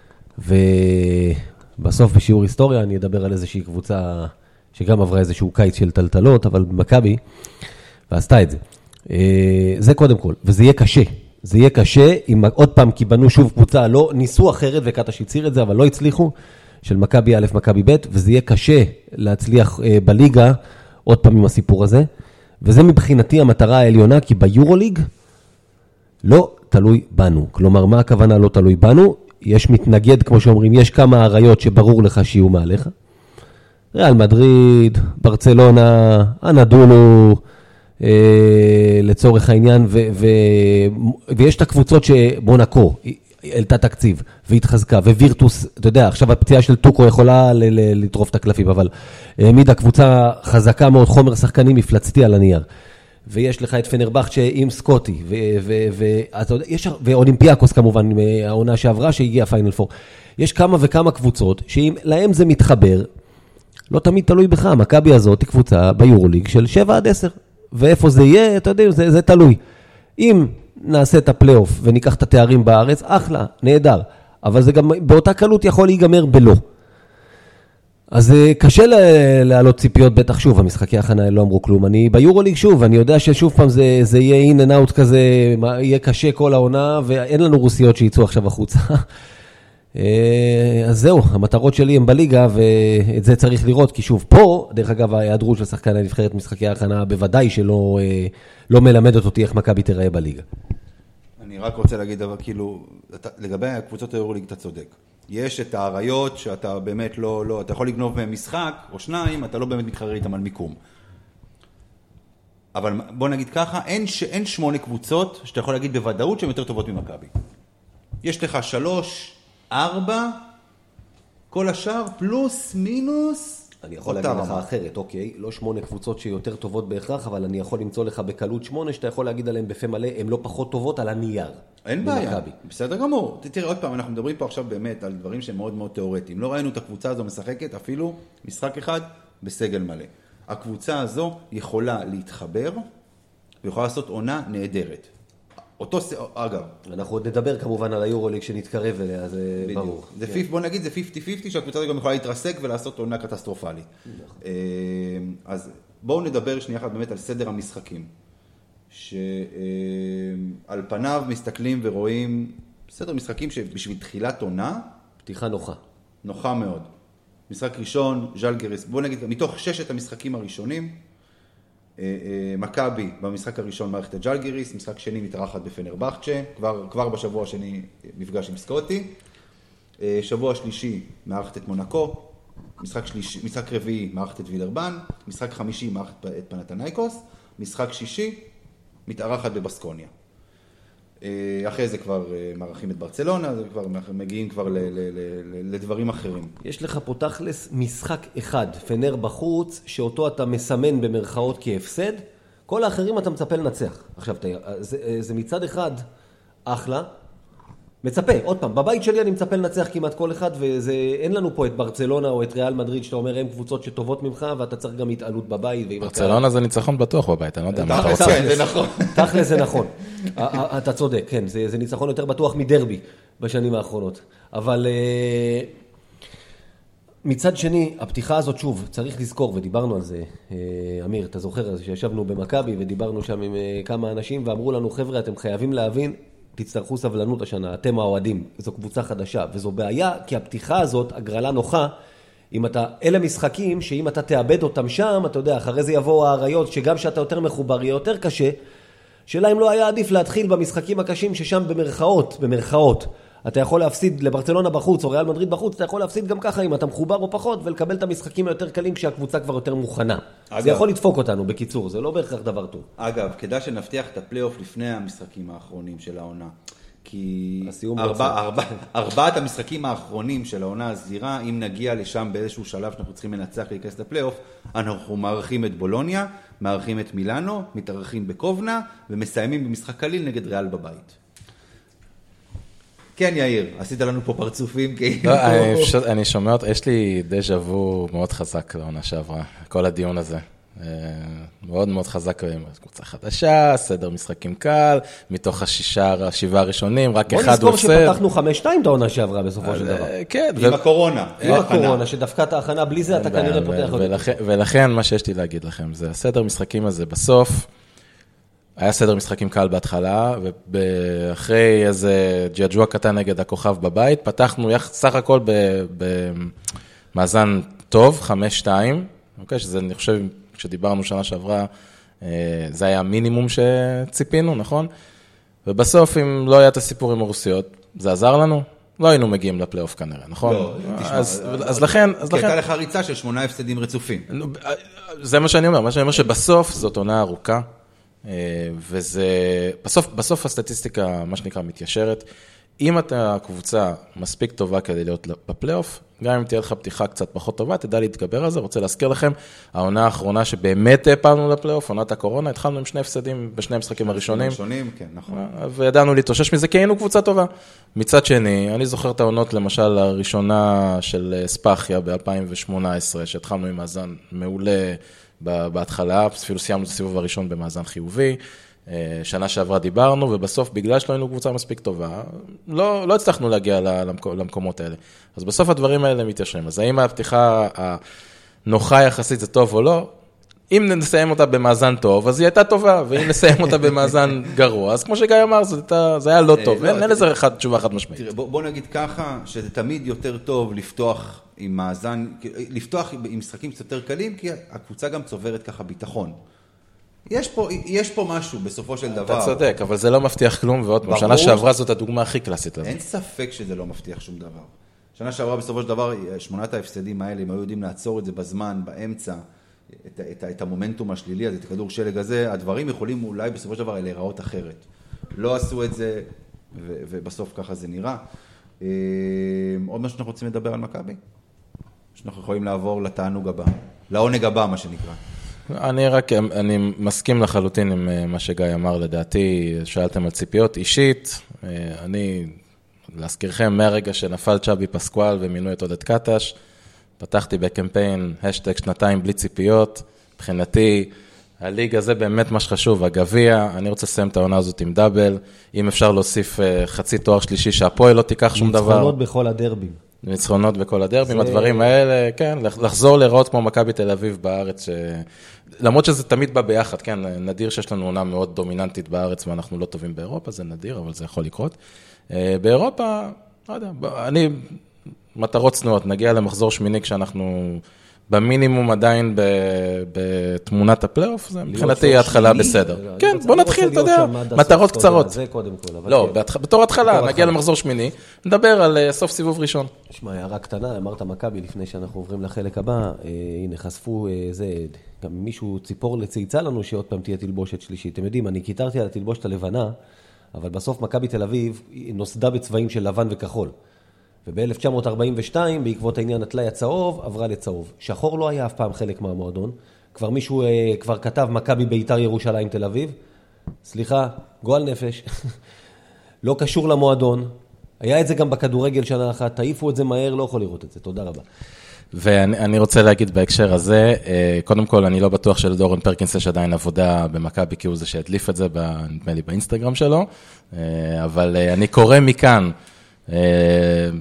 ובסוף בשיעור היסטוריה אני אדבר על איזושהי קבוצה שגם עברה איזשהו קיץ של טלטלות, אבל במכבי, ועשתה את זה. זה קודם כל, וזה יהיה קשה. זה יהיה קשה, אם עוד פעם כי בנו שוב קבוצה, לא ניסו אחרת וקטש הצהיר את זה, אבל לא הצליחו, של מכבי א', מכבי ב', וזה יהיה קשה להצליח בליגה, עוד פעם עם הסיפור הזה, וזה מבחינתי המטרה העליונה, כי ביורוליג לא תלוי בנו. כלומר, מה הכוונה לא תלוי בנו? יש מתנגד, כמו שאומרים, יש כמה עריות שברור לך שיהיו מעליך. ריאל מדריד, ברצלונה, אנדולו, לצורך העניין, ויש את הקבוצות שמונקו העלתה תקציב והתחזקה, ווירטוס, אתה יודע, עכשיו הפציעה של טוקו יכולה לטרוף את הקלפים, אבל העמידה קבוצה חזקה מאוד, חומר שחקנים מפלצתי על הנייר. ויש לך את פנרבחצ'ה עם סקוטי, ואולימפיאקוס כמובן, העונה שעברה שהגיעה פיינל פור. יש כמה וכמה קבוצות, שאם להם זה מתחבר, לא תמיד תלוי בך, מכבי הזאת היא קבוצה ביורוליג של 7-10. ואיפה זה יהיה, אתה יודע, זה תלוי. אם נעשה את הפלייאוף וניקח את התארים בארץ, אחלה, נהדר. אבל זה גם באותה קלות יכול להיגמר בלא. אז קשה להעלות ציפיות, בטח שוב, המשחקי הכנה לא אמרו כלום. אני ביורוליג שוב, אני יודע ששוב פעם זה יהיה in and out כזה, יהיה קשה כל העונה, ואין לנו רוסיות שיצאו עכשיו החוצה. אז זהו, המטרות שלי הם בליגה, ואת זה צריך לראות, כי שוב פה, דרך אגב, ההיעדרות של שחקן הנבחרת משחקי ההכנה, בוודאי שלא לא מלמדת אותי איך מכבי תראה בליגה. אני רק רוצה להגיד, אבל כאילו, לגבי הקבוצות היורוליג אתה צודק. יש את העריות שאתה באמת לא, אתה יכול לגנוב מהם משחק או שניים, אתה לא באמת מתחרה איתם על מיקום. אבל בוא נגיד ככה, אין 8 קבוצות שאתה יכול להגיד בוודאות שהן יותר טובות ממכבי. יש לך 3, 4, כל השאר פלוס, מינוס. אני יכול להגיד לך אחרת, אוקיי, לא 8 קבוצות שיותר טובות בהכרח, אבל אני יכול למצוא לך בקלות 8, שאתה יכול להגיד עליהן בפה מלא, הן לא פחות טובות על הנייר. אין בעיה, בסדר גמור. תראה עוד פעם, אנחנו מדברים פה עכשיו באמת על דברים שהם מאוד מאוד תיאורטיים. לא ראינו את הקבוצה הזו משחקת אפילו משחק אחד בסגל מלא. הקבוצה הזו יכולה להתחבר, ויכולה לעשות עונה נהדרת. אגב. אנחנו עוד נדבר כמובן על היורוליג שנתקרב אליה, זה ברור. בוא נגיד, זה 50-50, שהקבוצה הזו גם יכולה להתרסק ולעשות עונה קטסטרופלית. אז בואו נדבר שנייה אחת באמת על סדר המשחקים. שעל פניו מסתכלים ורואים סדר משחקים שבשביל תחילת עונה. פתיחה נוחה. נוחה מאוד. משחק ראשון, ז'לגיריס, בואו נגיד, מתוך 6 המשחקים הראשונים, מכבי במשחק הראשון מערכת את ז'לגיריס, משחק שני מתארחת בפנרבחצ'ה, כבר בשבוע השני מפגש עם סקוטי, שבוע שלישי מערכת את מונקו, משחק רביעי מערכת את וילרבן, משחק חמישי מערכת את פנתנייקוס, משחק שישי מתארחת בבסקוניה. אחרי זה כבר מערכים את ברצלונה, כבר מגיעים כבר לדברים אחרים. יש לך פה תכלס משחק אחד, פנר בחוץ, שאותו אתה מסמן במרכאות כהפסד, כל האחרים אתה מצפה לנצח. עכשיו, זה מצד אחד אחלה, מצפה, עוד פעם, בבית שלי אני מצפה לנצח כמעט כל אחד, ואין לנו פה את ברצלונה או את ריאל מדריד, שאתה אומר, הם קבוצות שטובות ממך, ואתה צריך גם התעלות בבית. ברצלונה זה ניצחון בטוח בבית, אני לא יודע מה אתה רוצה. זה נכון. תכל'ס זה נכון. אתה צודק, כן, זה ניצחון יותר בטוח מדרבי בשנים האחרונות. אבל מצד שני, הפתיחה הזאת שוב, צריך לזכור, ודיברנו על זה, אמיר, אתה זוכר, שישבנו במכבי ודיברנו שם עם כמה אנשים, ואמרו לנו, חבר'ה, אתם חייבים להבין, תצטרכו סבלנות השנה, אתם האוהדים, זו קבוצה חדשה, וזו בעיה, כי הפתיחה הזאת, הגרלה נוחה, אם אתה, אלה משחקים, שאם אתה תאבד אותם שם, אתה יודע, אחרי זה יבואו העריות, שגם שאתה יותר מחובר, יהיה יותר קשה, שאלה אם לא היה עדיף להתחיל במשחקים הקשים, ששם במרכאות, אתה יכול להפסיד לברצלונה בחוץ או ריאל מדריד בחוץ, אתה יכול להפסיד גם ככה אם אתה מחובר או פחות, ולקבל את המשחקים היותר קלים כשהקבוצה כבר יותר מוכנה. זה יכול לדפוק אותנו, בקיצור, זה לא בהכרח דבר טוב. אגב, כדאי שנבטיח את הפלייאוף לפני המשחקים האחרונים של העונה. כי ארבעת המשחקים האחרונים של העונה הסדירה, אם נגיע לשם באיזשהו שלב שאנחנו צריכים לנצח להיכנס לפלייאוף, אנחנו מארחים את בולוניה, מארחים את מילאנו, מתארחים בקובנה, ומסיימים במשחק קליל נגד ריאל בבית. כן, יאיר, עשית לנו פה פרצופים כאילו. אני שומע אותך, יש לי דז'ה וו מאוד חזק לעונה שעברה, כל הדיון הזה. מאוד מאוד חזק, קבוצה חדשה, סדר משחקים קל, מתוך השבעה הראשונים, רק אחד הוא הפסד. בוא נזכור שפתחנו 5-2 את העונה שעברה בסופו של דבר. כן. עם הקורונה. עם הקורונה, שדווקא את ההכנה, בלי זה אתה כנראה פותח עוד. ולכן מה שיש לי להגיד לכם, זה הסדר משחקים הזה בסוף, היה סדר משחקים קל בהתחלה, ואחרי איזה ג'יאג'וע קטן נגד הכוכב בבית, פתחנו סך הכל במאזן טוב, 5-2, אוקיי, שזה אני חושב, כשדיברנו שנה שעברה, זה היה המינימום שציפינו, נכון? ובסוף, אם לא היה את הסיפור עם הרוסיות, זה עזר לנו? לא היינו מגיעים לפלייאוף כנראה, נכון? לא, אז לכן... כי הייתה לך ריצה של 8 הפסדים רצופים. זה מה שאני אומר, מה שאני אומר שבסוף זאת עונה ארוכה, וזה, בסוף הסטטיסטיקה, מה שנקרא, מתיישרת. אם אתה קבוצה מספיק טובה כדי להיות בפלייאוף, גם אם תהיה לך פתיחה קצת פחות טובה, תדע להתגבר על זה. רוצה להזכיר לכם, העונה האחרונה שבאמת פעלנו לפלייאוף, עונת הקורונה, התחלנו עם 2 הפסדים בשני המשחקים הראשונים. כן, נכון. וידענו להתאושש מזה, כי היינו קבוצה טובה. מצד שני, אני זוכר את העונות, למשל, הראשונה של ספאחיה ב-2018, שהתחלנו עם מאזן מעולה בהתחלה, אפילו סיימנו את הסיבוב הראשון במאזן חיובי. שנה שעברה דיברנו, ובסוף, בגלל שלא היינו קבוצה מספיק טובה, לא הצלחנו להגיע למקומות האלה. אז בסוף הדברים האלה מתיישרים. אז האם הפתיחה הנוחה יחסית זה טוב או לא? אם נסיים אותה במאזן טוב, אז היא הייתה טובה, ואם נסיים אותה במאזן גרוע, אז כמו שגיא אמר, זה היה לא טוב. אין לזה תשובה חד משמעית. בוא נגיד ככה, שזה תמיד יותר טוב לפתוח עם מאזן, לפתוח עם משחקים קצת יותר קלים, כי הקבוצה גם צוברת ככה ביטחון. יש פה משהו בסופו של דבר. אתה צודק, אבל זה לא מבטיח כלום, ועוד פעם, שנה שעברה זאת הדוגמה הכי קלאסית לזה. אין ספק שזה לא מבטיח שום דבר. שנה שעברה בסופו של דבר, 8 ההפסדים האלה, אם היו יודעים לעצור את זה בזמן, באמצע, את המומנטום השלילי הזה, את הכדור שלג הזה, הדברים יכולים אולי בסופו של דבר להיראות אחרת. לא עשו את זה, ובסוף ככה זה נראה. עוד מה שאנחנו רוצים לדבר על מכבי? שאנחנו יכולים לעבור לתענוג הבא, לעונג הבא, מה שנקרא. אני מסכים לחלוטין עם מה שגיא אמר, לדעתי, שאלתם על ציפיות אישית, אני, להזכירכם, מהרגע שנפל צ'אבי פסקואל ומינו את עודד קטש, פתחתי בקמפיין, #2 בלי ציפיות, מבחינתי, הליג הזה באמת מה שחשוב, הגביע, אני רוצה לסיים את העונה הזאת עם דאבל, אם אפשר להוסיף חצי תואר שלישי, שהפועל לא תיקח שום דבר. ניצחונות בכל הדרבים. ניצחונות בכל הדרבים, הדברים האלה, כן, לחזור לראות כמו מכבי תל אביב בארץ, למרות שזה תמיד בא ביחד, כן, נדיר שיש לנו עונה מאוד דומיננטית בארץ, ואנחנו לא טובים באירופה, זה נדיר, אבל זה יכול לקרות. באירופה, לא יודע, מטרות צנועות, נגיע למחזור שמיני כשאנחנו במינימום עדיין בתמונת הפלייאוף, זה מבחינתי התחלה בסדר. כן, בוא נתחיל, אתה יודע, מטרות קצרות. זה קודם כל. לא, בתור התחלה, נגיע למחזור שמיני, נדבר על סוף סיבוב ראשון. תשמע, הערה קטנה, אמרת מכבי לפני שאנחנו עוברים לחלק הבא, הנה חשפו זה, גם מישהו ציפור לצייצה לנו שעוד פעם תהיה תלבושת שלישית. אתם יודעים, אני קיטרתי על התלבושת הלבנה, אבל בסוף מכבי תל אביב נוסדה בצבעים של לבן וכחול. וב-1942, בעקבות העניין הטלאי הצהוב, עברה לצהוב. שחור לא היה אף פעם חלק מהמועדון. כבר מישהו כבר כתב מכבי ביתר ירושלים תל אביב. סליחה, גועל נפש. לא קשור למועדון. היה את זה גם בכדורגל שנה אחת. תעיפו את זה מהר, לא יכול לראות את זה. תודה רבה. ואני רוצה להגיד בהקשר הזה, קודם כל אני לא בטוח שלדורון פרקינס יש עדיין עבודה במכבי, כי הוא זה שהדליף את זה, נדמה לי, באינסטגרם שלו. אבל אני קורא מכאן,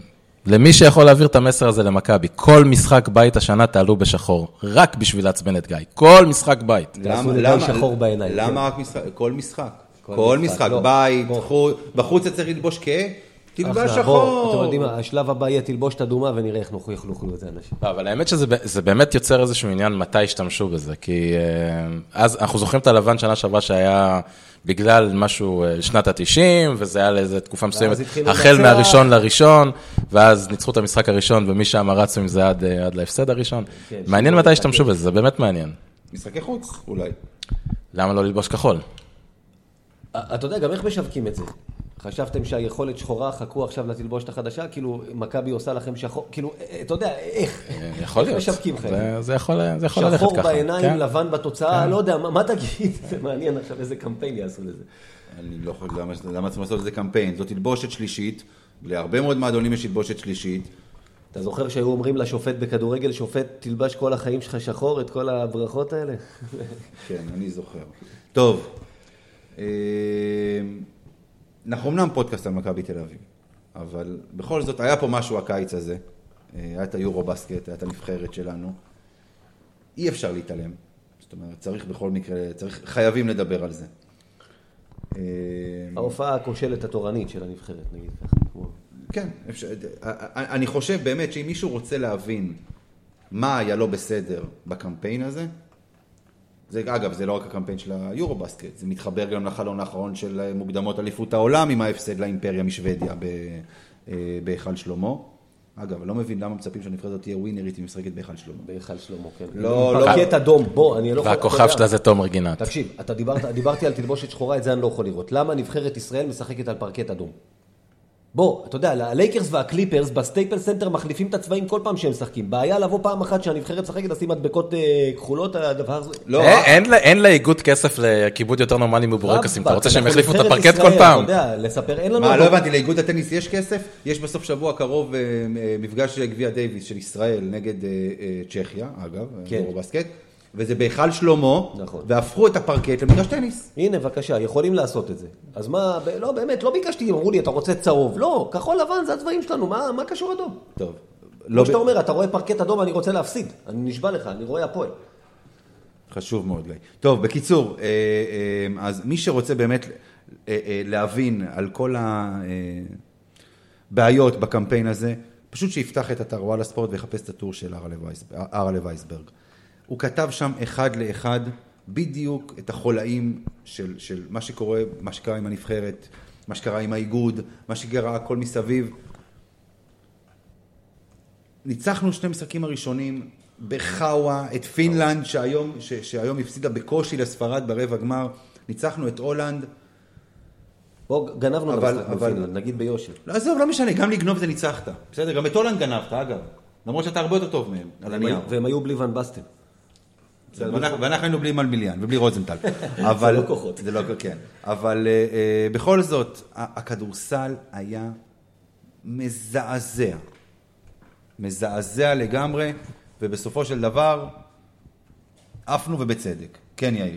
למי שיכול להעביר את המסר הזה למכבי, כל משחק בית השנה תעלו בשחור, רק בשביל לעצבן את גיא. כל משחק בית. למה רק משחק? כל משחק. כל משחק, בית, בחוץ צריך ללבוש תלבש שחור. אתם יודעים, השלב הבא יהיה תלבוש את אדומה ונראה איך יחלוכו את זה אנשים. אבל האמת שזה באמת יוצר איזשהו עניין מתי השתמשו בזה, כי אז אנחנו זוכרים את הלבן שנה שעברה שהיה בגלל משהו שנת ה-90, וזה היה לאיזו תקופה מסוימת, החל מהראשון לראשון, ואז ניצחו את המשחק הראשון, ומשם רצו עם זה עד להפסד הראשון. מעניין מתי השתמשו בזה, זה באמת מעניין. משחקי חוץ, אולי. למה לא ללבוש כחול? אתה יודע, גם איך משווקים את זה? חשבתם שהיכולת שחורה, חכו עכשיו לתלבושת החדשה, כאילו מכבי עושה לכם שחור, כאילו, אתה יודע, איך? יכול להיות. משווקים לכם. זה יכול ללכת ככה. שחור בעיניים, לבן בתוצאה, לא יודע, מה תגיד? זה מעניין עכשיו איזה קמפיין יעשו לזה. אני לא חושב למה צריכים לעשות איזה קמפיין. זאת תלבושת שלישית, להרבה מאוד מועדונים יש תלבושת שלישית. אתה זוכר שהיו אומרים לשופט בכדורגל, שופט תלבש כל החיים שלך שחור, את כל הברכות האלה? כן, אני זוכר. טוב. אנחנו אמנם פודקאסט על מכבי תל אביב, אבל בכל זאת היה פה משהו הקיץ הזה, היה את היורו-בסקט, היה את הנבחרת שלנו, אי אפשר להתעלם, זאת אומרת, צריך בכל מקרה, חייבים לדבר על זה. ההופעה הכושלת התורנית של הנבחרת, נגיד ככה. כן, אני חושב באמת שאם מישהו רוצה להבין מה היה לא בסדר בקמפיין הזה, אגב, זה לא רק הקמפיין של היורו-בסקט, זה מתחבר גם לחלון האחרון של מוקדמות אליפות העולם עם ההפסד לאימפריה משוודיה בהיכל שלמה. אגב, לא מבין למה מצפים שהנבחרת הזאת תהיה ווינרית עם משחקת בהיכל שלמה. בהיכל שלמה, כן. לא, פרקט אדום, בוא, אני לא יכול... והכוכב שלה זה תומר גינת. תקשיב, דיברתי על תלבושת שחורה, את זה אני לא יכול לראות. למה נבחרת ישראל משחקת על פרקט אדום? בוא, אתה יודע, הלייקרס והקליפרס בסטייפל סנטר מחליפים את הצבעים כל פעם שהם משחקים. בעיה לבוא פעם אחת שהנבחרת משחקת לשים מדבקות כחולות, הדבר הזה. אין לאיגוד כסף לכיבוד יותר נורמלי מבורקסים. אתה רוצה שהם יחליפו את הפרקט כל פעם? אתה יודע, לספר, אין לנו... מה, לא הבנתי, לאיגוד הטניס יש כסף? יש בסוף שבוע קרוב מפגש גביע דייוויס של ישראל נגד צ'כיה, אגב, יורו-בסקט. וזה בהיכל שלמה, והפכו את הפרקט למגרש טניס. הנה, בבקשה, יכולים לעשות את זה. אז מה, לא, באמת, לא ביקשתי, אמרו לי, אתה רוצה צהוב? לא, כחול לבן, זה הצבעים שלנו, מה קשור אדום? טוב. כמו שאתה אומר, אתה רואה פרקט אדום, אני רוצה להפסיד. אני נשבע לך, אני רואה הפועל. חשוב מאוד, גיא. טוב, בקיצור, אז מי שרוצה באמת להבין על כל הבעיות בקמפיין הזה, פשוט שיפתח את אתר וואלה ספורט ויחפש את הטור של ארלה וייסברג. הוא כתב שם אחד לאחד בדיוק את החולאים של מה שקורה, מה שקרה עם הנבחרת, מה שקרה עם האיגוד, מה שקרה הכל מסביב. ניצחנו שני משחקים הראשונים בחאווה, את פינלנד שהיום הפסידה בקושי לספרד ברבע גמר, ניצחנו את הולנד. בוא, גנבנו למשחק בפינלנד, נגיד ביושר. לא, עזוב, לא משנה, גם לגנוב זה ניצחת. בסדר, גם את הולנד גנבת, אגב. למרות שאתה הרבה יותר טוב מהם, על הנייר. והם היו בלי ון בסטן. ואנחנו היינו בלי מלמיליאן ובלי רוזנטל. זה לא כוחות. זה לא, כן. אבל בכל זאת, הכדורסל היה מזעזע. מזעזע לגמרי, ובסופו של דבר, עפנו ובצדק. כן, יאיר.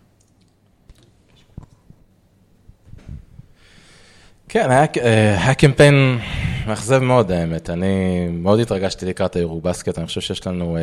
כן, היה קמפיין מאכזב מאוד, האמת. אני מאוד התרגשתי לקראת היורו-בסקט. אני חושב שיש לנו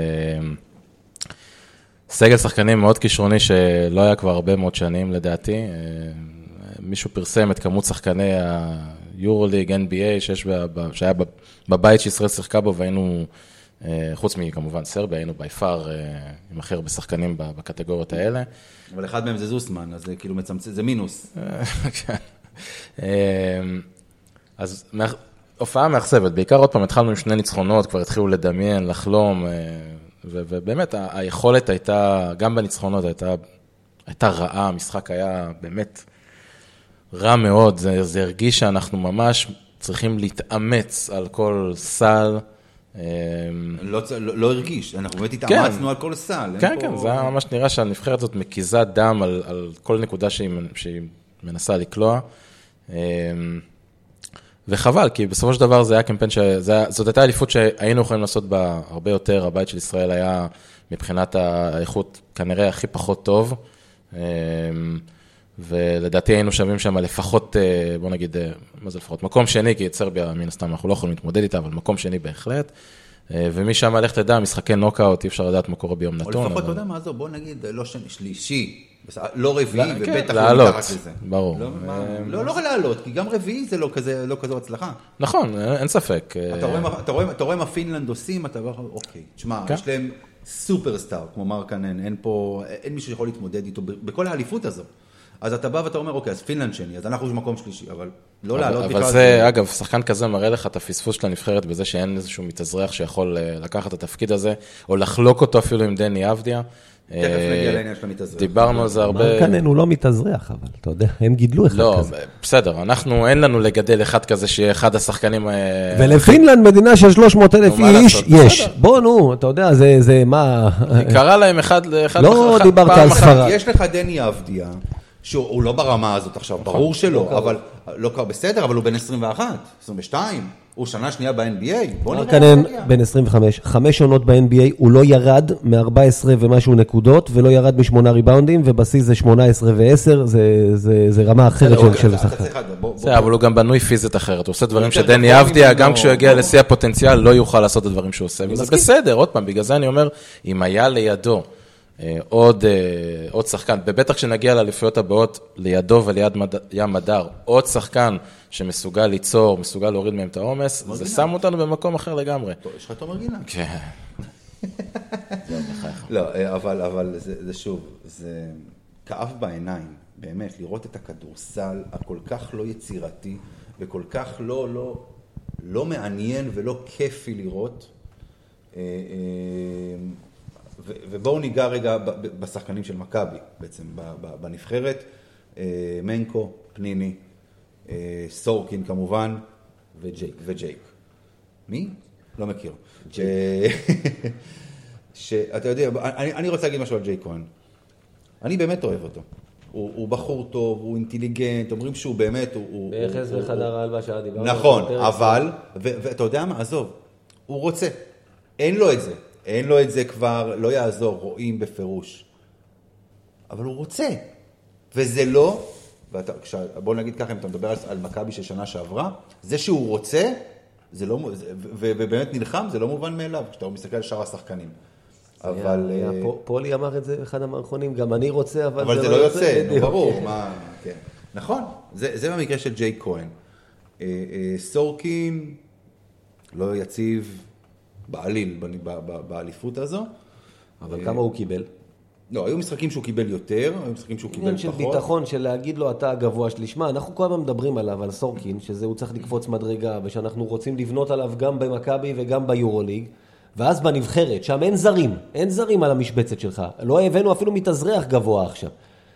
סגל שחקנים מאוד כישרוני שלא היה כבר הרבה מאוד שנים, לדעתי. מישהו פרסם את כמות שחקני היורוליג, NBA, שהיה בבית שישראל שיחקה בו, והיינו, חוץ מכמובן סרביה, היינו ביפר עם אחר בשחקנים בקטגוריות האלה. אבל אחד מהם זה זוסמן, אז זה כאילו מצמצם, זה מינוס. כן. אז הופעה מאכזבת, בעיקר עוד פעם התחלנו עם שני ניצחונות, כבר התחילו לדמיין, לחלום, ובאמת היכולת הייתה, גם בניצחונות הייתה רעה, המשחק היה באמת רע מאוד, זה הרגיש שאנחנו ממש צריכים להתאמץ על כל סל. לא הרגיש, אנחנו באמת התאמצנו על כל סל. כן, כן, זה ממש נראה שהנבחרת הזאת מקיזה דם על כל נקודה שהיא מנסה לקלוע. וחבל, כי בסופו של דבר זה היה קמפיין, זאת הייתה אליפות שהיינו יכולים לעשות בה הרבה יותר, הבית של ישראל היה מבחינת האיכות כנראה הכי פחות טוב, ולדעתי היינו שווים שם לפחות, בוא נגיד, מה זה לפחות? מקום שני, כי את סרביה, מן הסתם, אנחנו לא יכולים להתמודד איתה, אבל מקום שני בהחלט. ומשם הלך תדע, משחקי נוקאוט, אי אפשר לדעת מה קורה ביום נתון. או לפחות, אתה יודע מה זו, בוא נגיד, לא שלישי, לא רביעי, ובטח לא מתחת לזה. ברור. לא לעלות, כי גם רביעי זה לא כזו הצלחה. נכון, אין ספק. אתה רואה מה פינלנד עושים, אתה אומר, אוקיי, תשמע, יש להם סופרסטאר, כמו מרקנן, אין מישהו שיכול להתמודד איתו בכל האליפות הזו. אז אתה בא ואתה אומר, אוקיי, אז פינלנד שני, אז אנחנו במקום שלישי, אבל לא לעלות בכלל. אבל זה, אגב, שחקן כזה מראה לך את הפספוס של הנבחרת, בזה שאין איזשהו מתאזרח שיכול לקחת את התפקיד הזה, או לחלוק אותו אפילו עם דני אבדיה. תכף נגיע לעניין של המתאזרח. דיברנו על זה הרבה. מרקנן הוא לא מתאזרח, אבל אתה יודע, הם גידלו אחד לא, כזה. בסדר, אין לנו לגדל אחד כזה שיהיה אחד השחקנים... ולפינלנד מדינה של 300,000 איש, יש. בוא נו, אתה יודע, זה מה... קרא להם אחד לא דיברת על ספרד. יש לך דני אבדיה, שהוא לא ברמה הזאת עכשיו, ברור שלא, אבל לא קרה בסדר, אבל הוא בן 21, 22, הוא שנה שנייה ב-NBA. מרקנן בן 25, 5 עונות ב-NBA, הוא לא ירד מ-14 ומשהו נקודות, ולא ירד מ8 ריבאונדים, ובסיס זה 18 ו10, זה רמה אחרת של שחקן. אבל הוא גם בנוי פיזית אחרת, הוא עושה דברים שדני אבדיה, גם כשהוא יגיע לשיא הפוטנציאל, לא יוכל לעשות את הדברים שהוא עושה, וזה בסדר, עוד פעם, בגלל זה אני אומר, אם היה לידו עוד שחקן, ובטח כשנגיע לאליפויות הבאות, לידו וליד ים מדר, עוד שחקן שמסוגל ליצור, מסוגל להוריד מהם את העומס, זה שם אותנו במקום אחר לגמרי. יש לך תומר גינה. כן. לא, אבל זה שוב, זה כאב בעיניים, באמת, לראות את הכדורסל הכל כך לא יצירתי, וכל כך לא מעניין ולא כיפי לראות, ובואו ניגע רגע בשחקנים של מכבי, בעצם בנבחרת, מנקו, פניני, סורקין כמובן, וג'ייק. מי? לא מכיר. אתה יודע, אני רוצה להגיד משהו על ג'ייק כהן. אני באמת אוהב אותו. הוא בחור טוב, הוא אינטליגנט, אומרים שהוא באמת... ביחס וחדר ההלבשה, דיברנו. נכון, אבל, ואתה יודע מה, עזוב, הוא רוצה. אין לו את זה. אין לו את זה כבר, לא יעזור, רואים בפירוש. אבל הוא רוצה. וזה לא, בוא נגיד ככה, אם אתה מדבר על מכבי של שנה שעברה, זה שהוא רוצה, זה לא, ובאמת נלחם, זה לא מובן מאליו, כשאתה מסתכל על שאר השחקנים. אבל... פולי אמר את זה אחד המערכונים, גם אני רוצה, אבל זה לא יוצא, ברור. נכון, זה במקרה של ג'ייק כהן. סורקין לא יציב בעליל באליפות הזו. אבל כמה הוא קיבל? לא, היו משחקים שהוא קיבל יותר, היו משחקים שהוא קיבל פחות. עניין של ביטחון, של להגיד לו אתה הגבוה שלי. שמע, אנחנו כל הזמן מדברים עליו, על סורקין, שזה הוא צריך לקפוץ מדרגה, ושאנחנו רוצים לבנות עליו גם במכבי וגם ביורוליג, ואז בנבחרת, שם אין זרים על המשבצת שלך. לא הבאנו אפילו מתאזרח גבוה עכשיו.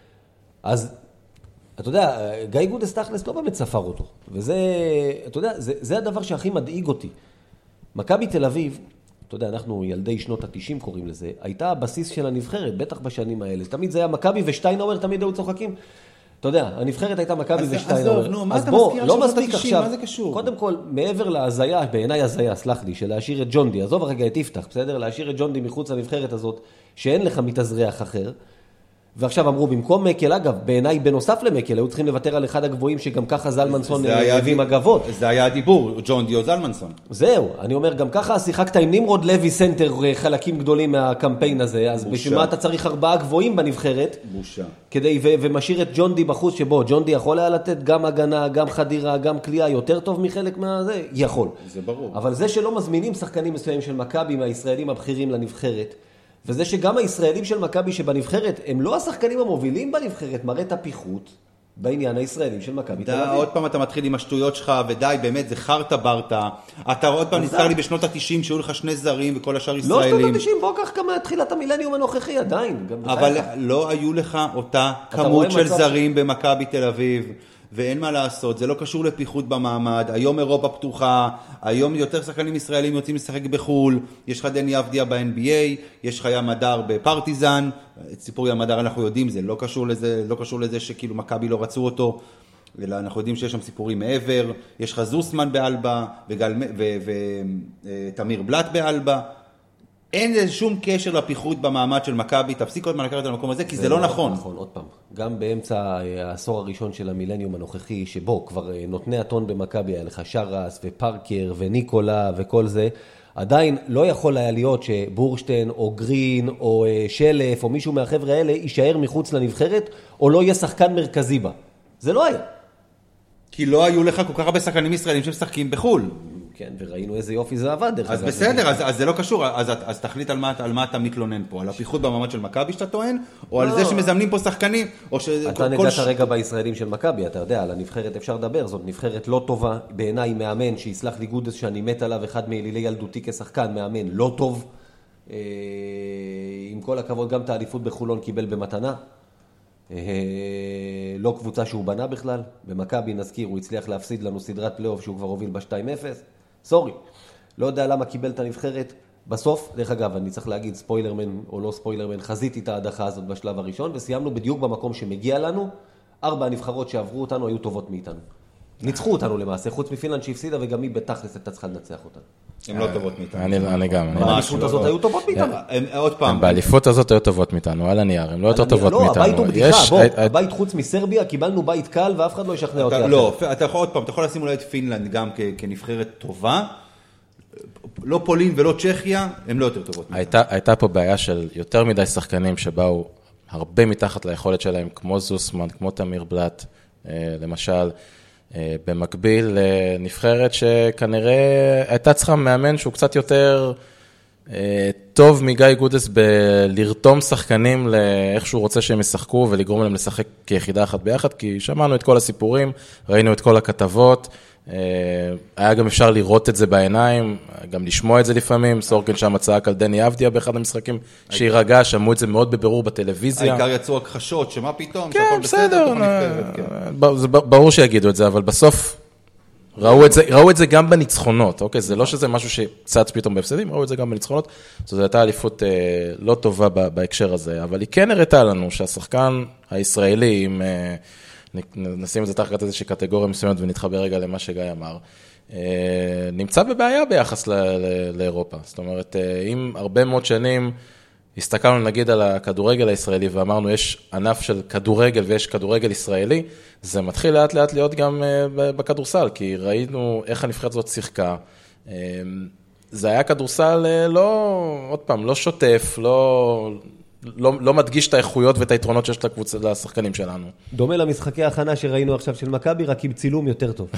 אז, אתה יודע, גיא גודס תכלס לא באמת ספר אותו. וזה, אתה יודע, זה הדבר שהכי מדאיג אותי. מכבי תל אביב, אתה יודע, אנחנו ילדי שנות ה-90 קוראים לזה, הייתה הבסיס של הנבחרת, בטח בשנים האלה. תמיד זה היה מכבי ושטיינאוור, תמיד היו צוחקים. אתה יודע, הנבחרת הייתה מכבי ושטיינאוור. אז בוא, לא מספיק עכשיו. מה זה קשור? קודם כל, מעבר להזיה, בעיניי הזיה, סלח לי, של להשאיר את ג'ונדי, עזוב הרגע את יפתח, בסדר? להשאיר את ג'ונדי מחוץ לנבחרת הזאת, שאין לך מתאזרח אחר. ועכשיו אמרו, במקום מקל, אגב, בעיניי בנוסף למקל, היו צריכים לוותר על אחד הגבוהים שגם ככה זלמנסון הביא מגבות. זה היה הדיבור, ג'ונדי או זלמנסון. זהו, אני אומר, גם ככה שיחקת עם נמרוד לוי סנטר חלקים גדולים מהקמפיין הזה, אז בשביל מה אתה צריך 4 גבוהים בנבחרת? בושה. ומשאיר את ג'ונדי בחוץ, שבו ג'ונדי יכול היה לתת גם הגנה, גם חדירה, גם קליעה, יותר טוב מחלק מהזה? יכול. זה ברור. אבל זה שלא מזמינים שחקנים מסוימים של מכבי מהישראלים הבכירים לנבחרת, וזה שגם הישראלים של מכבי שבנבחרת, הם לא השחקנים המובילים בנבחרת, מראה את הפיחות בעניין הישראלים של מכבי תל אביב. עוד פעם אתה מתחיל עם השטויות שלך, ודי, באמת, זה חרטה ברטה. אתה עוד פעם נזכר לי בשנות ה-90, שהיו לך 2 זרים וכל השאר ישראלים. לא שנות ה-90, בוא כך כמה תחילת המילניום הנוכחי עדיין. אבל לא היו לך אותה כמות של זרים במכבי תל אביב. ואין מה לעשות, זה לא קשור לפיחות במעמד, היום אירופה פתוחה, היום יותר שחקנים ישראלים יוצאים לשחק בחול, יש לך דני אבדיה ב-NBA, יש לך ים מדר בפרטיזן, את סיפור ים מדר אנחנו יודעים, זה לא קשור לזה שכאילו מכבי לא רצו אותו, אלא אנחנו יודעים שיש שם סיפורים מעבר, יש לך זוסמן באלבה, ותמיר בלט באלבה, אין שום קשר לפיחות במעמד של מכבי, תפסיק עוד מה לקחת למקום הזה, כי זה לא נכון. נכון, עוד פעם. גם באמצע העשור הראשון של המילניום הנוכחי, שבו כבר נותני הטון במכבי, היה לך שרס ופארקר וניקולה וכל זה, עדיין לא יכול היה להיות שבורשטיין או גרין או שלף או מישהו מהחבר'ה האלה יישאר מחוץ לנבחרת, או לא יהיה שחקן מרכזי בה. זה לא היה. כי לא היו לך כל כך הרבה שחקנים ישראלים שמשחקים בחו"ל. כן, וראינו איזה יופי זה עבד. אז בסדר, אז זה לא קשור, אז תחליט על מה אתה מתלונן פה, על הפיחות במעמד של מכבי שאתה טוען, או על זה שמזמנים פה שחקנים, או ש... אתה נגעת רגע בישראלים של מכבי, אתה יודע, על הנבחרת אפשר לדבר, זאת נבחרת לא טובה, בעיניי מאמן, שיסלח לי גודס שאני מת עליו, אחד מאלילי ילדותי כשחקן, מאמן לא טוב, עם כל הכבוד גם את האליפות בחולון קיבל במתנה, לא קבוצה שהוא בנה בכלל, במכבי נזכיר, הוא הצליח להפסיד לנו סדרת פלייאוף שהוא כבר הוביל ב-2-0, סורי, לא יודע למה קיבל את הנבחרת, בסוף, דרך אגב, אני צריך להגיד ספוילרמן או לא ספוילרמן, חזיתי את ההדחה הזאת בשלב הראשון, וסיימנו בדיוק במקום שמגיע לנו, 4 הנבחרות שעברו אותנו היו טובות מאיתנו. ניצחו אותנו למעשה, חוץ מפינלנד שהפסידה, וגם היא בתכלס הייתה צריכה לנצח אותנו. הן לא טובות מאיתנו. אני גם. באליפות הזאת היו טובות מאיתנו. עוד פעם. באליפות הזאת היו טובות מאיתנו, על הנייר, הן לא יותר טובות מאיתנו. לא, הבית הוא בדיחה, בוא, הבית חוץ מסרביה, קיבלנו בית קל, ואף אחד לא ישכנע אותי. לא, אתה יכול עוד פעם, אתה יכול לשים אולי את פינלנד גם כנבחרת טובה, לא פולין ולא צ'כיה, הן לא יותר טובות מאיתנו. הייתה פה בעיה של יותר מדי שחקנים שבאו הרבה מתחת ליכולת שלהם, כמו זוסמן, כמו תמיר בלט, למשל, במקביל לנבחרת שכנראה הייתה צריכה מאמן שהוא קצת יותר טוב מגיא גודס בלרתום שחקנים לאיך שהוא רוצה שהם ישחקו ולגרום להם לשחק כיחידה אחת ביחד, כי שמענו את כל הסיפורים, ראינו את כל הכתבות, היה גם אפשר לראות את זה בעיניים, גם לשמוע את זה לפעמים, סורקין שם צעק על דני אבדיה באחד המשחקים שירגע, שמעו את זה מאוד בבירור בטלוויזיה. העיקר יצאו הכחשות, שמה פתאום, כן, בסדר, זה ברור שיגידו את זה, אבל בסוף ראו את זה גם בניצחונות, אוקיי? זה לא שזה משהו שצץ פתאום בהפסדים, ראו את זה גם בניצחונות, זאת הייתה אליפות לא טובה בהקשר הזה, אבל היא כן הראתה לנו שהשחקן הישראלי עם... נשים את זה תחת איזושהי קטגוריה מסוימת ונתחבר רגע למה שגיא אמר, נמצא בבעיה ביחס לאירופה. זאת אומרת, אם הרבה מאוד שנים הסתכלנו נגיד על הכדורגל הישראלי ואמרנו יש ענף של כדורגל ויש כדורגל ישראלי, זה מתחיל לאט לאט להיות גם בכדורסל, כי ראינו איך הנבחרת הזאת שיחקה. זה היה כדורסל עוד פעם, לא שוטף, לא מדגיש את האיכויות ואת היתרונות שיש לשחקנים שלנו. דומה למשחקי ההכנה שראינו עכשיו של מכבי, רק עם צילום יותר טוב.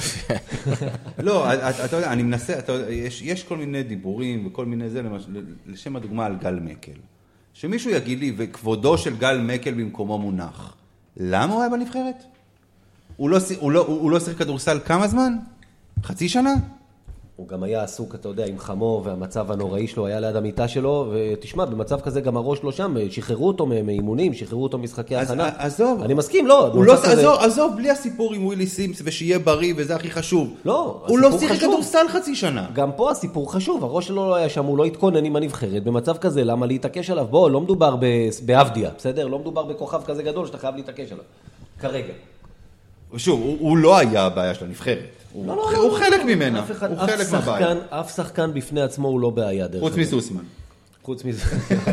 לא, אתה יודע, אני מנסה, יש כל מיני דיבורים וכל מיני זה, לשם הדוגמה על גל מקל. שמישהו יגיד לי, וכבודו של גל מקל במקומו מונח, למה הוא היה בנבחרת? הוא לא שיחק כדורסל כמה זמן? חצי שנה? הוא גם היה עסוק, אתה יודע, עם חמו, והמצב הנוראי שלו היה ליד המיטה שלו, ותשמע, במצב כזה גם הראש לא שם, שחררו אותו מאימונים, שחררו אותו משחקי הכנה. עזוב. אני מסכים, לא. עזוב, בלי הסיפור עם ווילי סימס, ושיהיה בריא, וזה הכי חשוב. לא, הוא לא שיחק כדורסל חצי שנה. גם פה הסיפור חשוב, הראש שלו לא היה שם, הוא לא התכונן עם הנבחרת, במצב כזה, למה להתעקש עליו? בוא, לא מדובר באבדיה, בסדר? לא מדובר בכוכב כזה גדול שאתה חייב להתעקש עליו. כרגע. ושוב, הוא לא היה הבעיה של הנבחרת. הוא חלק ממנה. הוא חלק מהבעיה. אף שחקן בפני עצמו הוא לא בעיה. חוץ מסוסמן. חוץ מזה.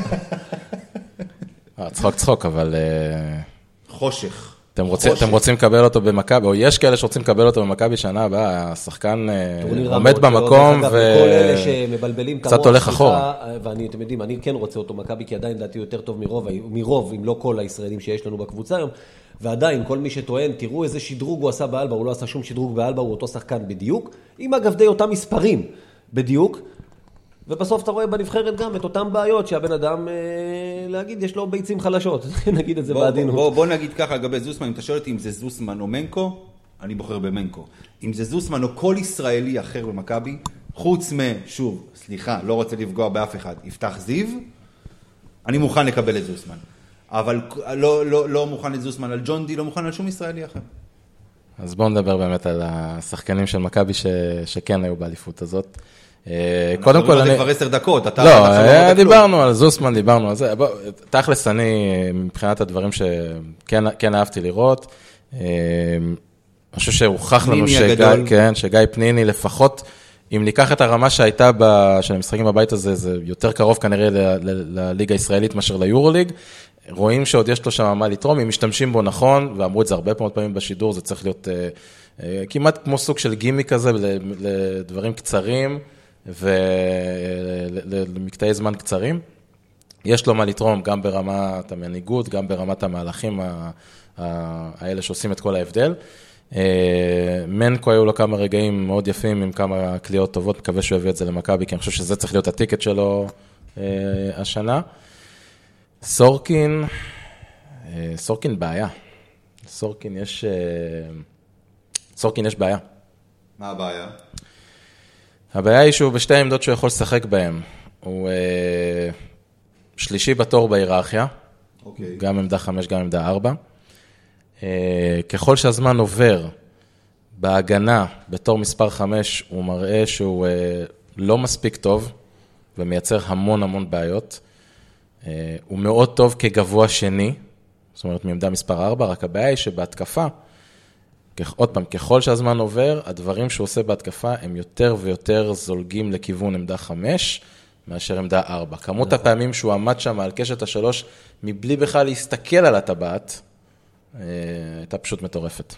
צחוק, אבל... חושך. אתם רוצים לקבל אותו במכבי, או יש כאלה שרוצים לקבל אותו במכבי שנה הבאה, השחקן עומד במקום וכל אלה שמבלבלים קצת הולך אחורה. ואתם יודעים, אני כן רוצה אותו מכבי, כי עדיין דעתי יותר טוב מרוב, אם לא כל הישראלים שיש לנו בקבוצה היום, ועדיין כל מי שטוען, תראו איזה שדרוג הוא עשה באלבה, הוא לא עשה שום שדרוג באלבה, הוא אותו שחקן בדיוק, עם אגב די אותם מספרים בדיוק, ובסוף אתה רואה בנבחרת גם את אותם בעיות שהבן אדם, להגיד, יש לו ביצים חלשות, נגיד את זה בעדינות. בוא נגיד ככה לגבי זוסמן, אם אתה שואל אותי אם זה זוסמן או מנקו, אני בוחר במנקו. אם זה זוסמן או כל ישראלי אחר במכבי, חוץ שוב, סליחה, לא רוצה לפגוע באף אחד, יפתח זיו, אני מוכן לקבל את זוסמן. אבל לא מוכן את זוסמן על ג'ון די, לא מוכן על שום ישראלי אחר. אז בואו נדבר באמת על השחקנים של מכבי שכן היו באליפות הזאת. קודם כל אני... כבר 10 דקות. לא, דיברנו על זוסמן, דיברנו על זה. תכלס אני, מבחינת הדברים שכן אהבתי לראות, אני חושב שהוכח לנו שגיא פניני לפחות אם ניקח את הרמה שהייתה של המשחקים בבית הזה, זה יותר קרוב כנראה לליגה הישראלית מאשר ליורוליג, רואים שעוד יש לו שם מה לתרום, אם משתמשים בו נכון, ואמרו את זה הרבה פעמים בשידור, זה צריך להיות כמעט כמו סוג של גימי כזה, לדברים קצרים, ולמקטעי זמן קצרים. יש לו מה לתרום גם ברמת המנהיגות, גם ברמת המהלכים האלה שעושים את כל ההבדל. מנקו היו לו כמה רגעים מאוד יפים עם כמה קליעות טובות, מקווה שהוא יביא את זה למכבי, כי אני חושב שזה צריך להיות הטיקט שלו השנה. סורקין בעיה. סורקין יש בעיה. מה הבעיה? הבעיה היא שהוא בשתי העמדות שהוא יכול לשחק בהן. הוא שלישי בתור בהיררכיה, גם עמדה 5, גם עמדה 4. ככל שהזמן עובר בהגנה בתור מספר 5, הוא מראה שהוא לא מספיק טוב, ומייצר המון בעיות. הוא מאוד טוב כגבוה שני, זאת אומרת מעמדה מספר 4, רק הבעיה היא שבהתקפה, עוד פעם, ככל שהזמן עובר, הדברים שהוא עושה בהתקפה הם יותר ויותר זולגים לכיוון עמדה 5, מאשר עמדה 4. כמות הפעמים שהוא עמד שם על קשת ה3, מבלי בכלל להסתכל על הטבעת, הייתה פשוט מטורפת.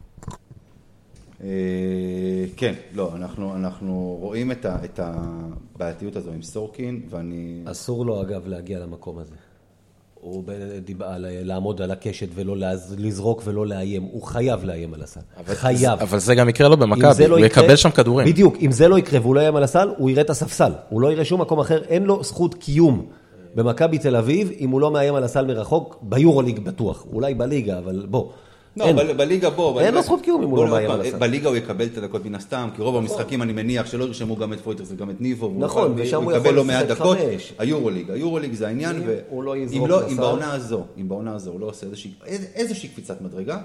כן, לא, אנחנו רואים את הבעייתיות הזו עם סורקין, ואני... אסור לו אגב להגיע למקום הזה. הוא לעמוד על הקשת ולא לזרוק ולא לאיים. הוא חייב לאיים על הסל. חייב. אבל זה גם יקרה לו במכבי, הוא יקבל שם כדורים. בדיוק, אם זה לא יקרה והוא לא יאיים על הסל, הוא יראה את הספסל. הוא לא יראה שום מקום אחר, אין לו זכות קיום במכבי תל אביב, אם הוא לא מאיים על הסל מרחוק, ביורוליג בטוח. אולי בליגה, אבל בוא. לא, בליגה בוא. אין לו זכות קיום אם הוא לא מאיים על הסל. בליגה הוא יקבל את הדקות מן הסתם, כי רוב המשחקים אני מניח שלא ירשמו גם את פויטרס וגם את ניבו. נכון, ושם הוא יקבל לו יכול מעט לשחק דקות. 5. היורוליג זה העניין, אם בעונה הזו הוא לא עושה איזושהי קפיצת מדרגה,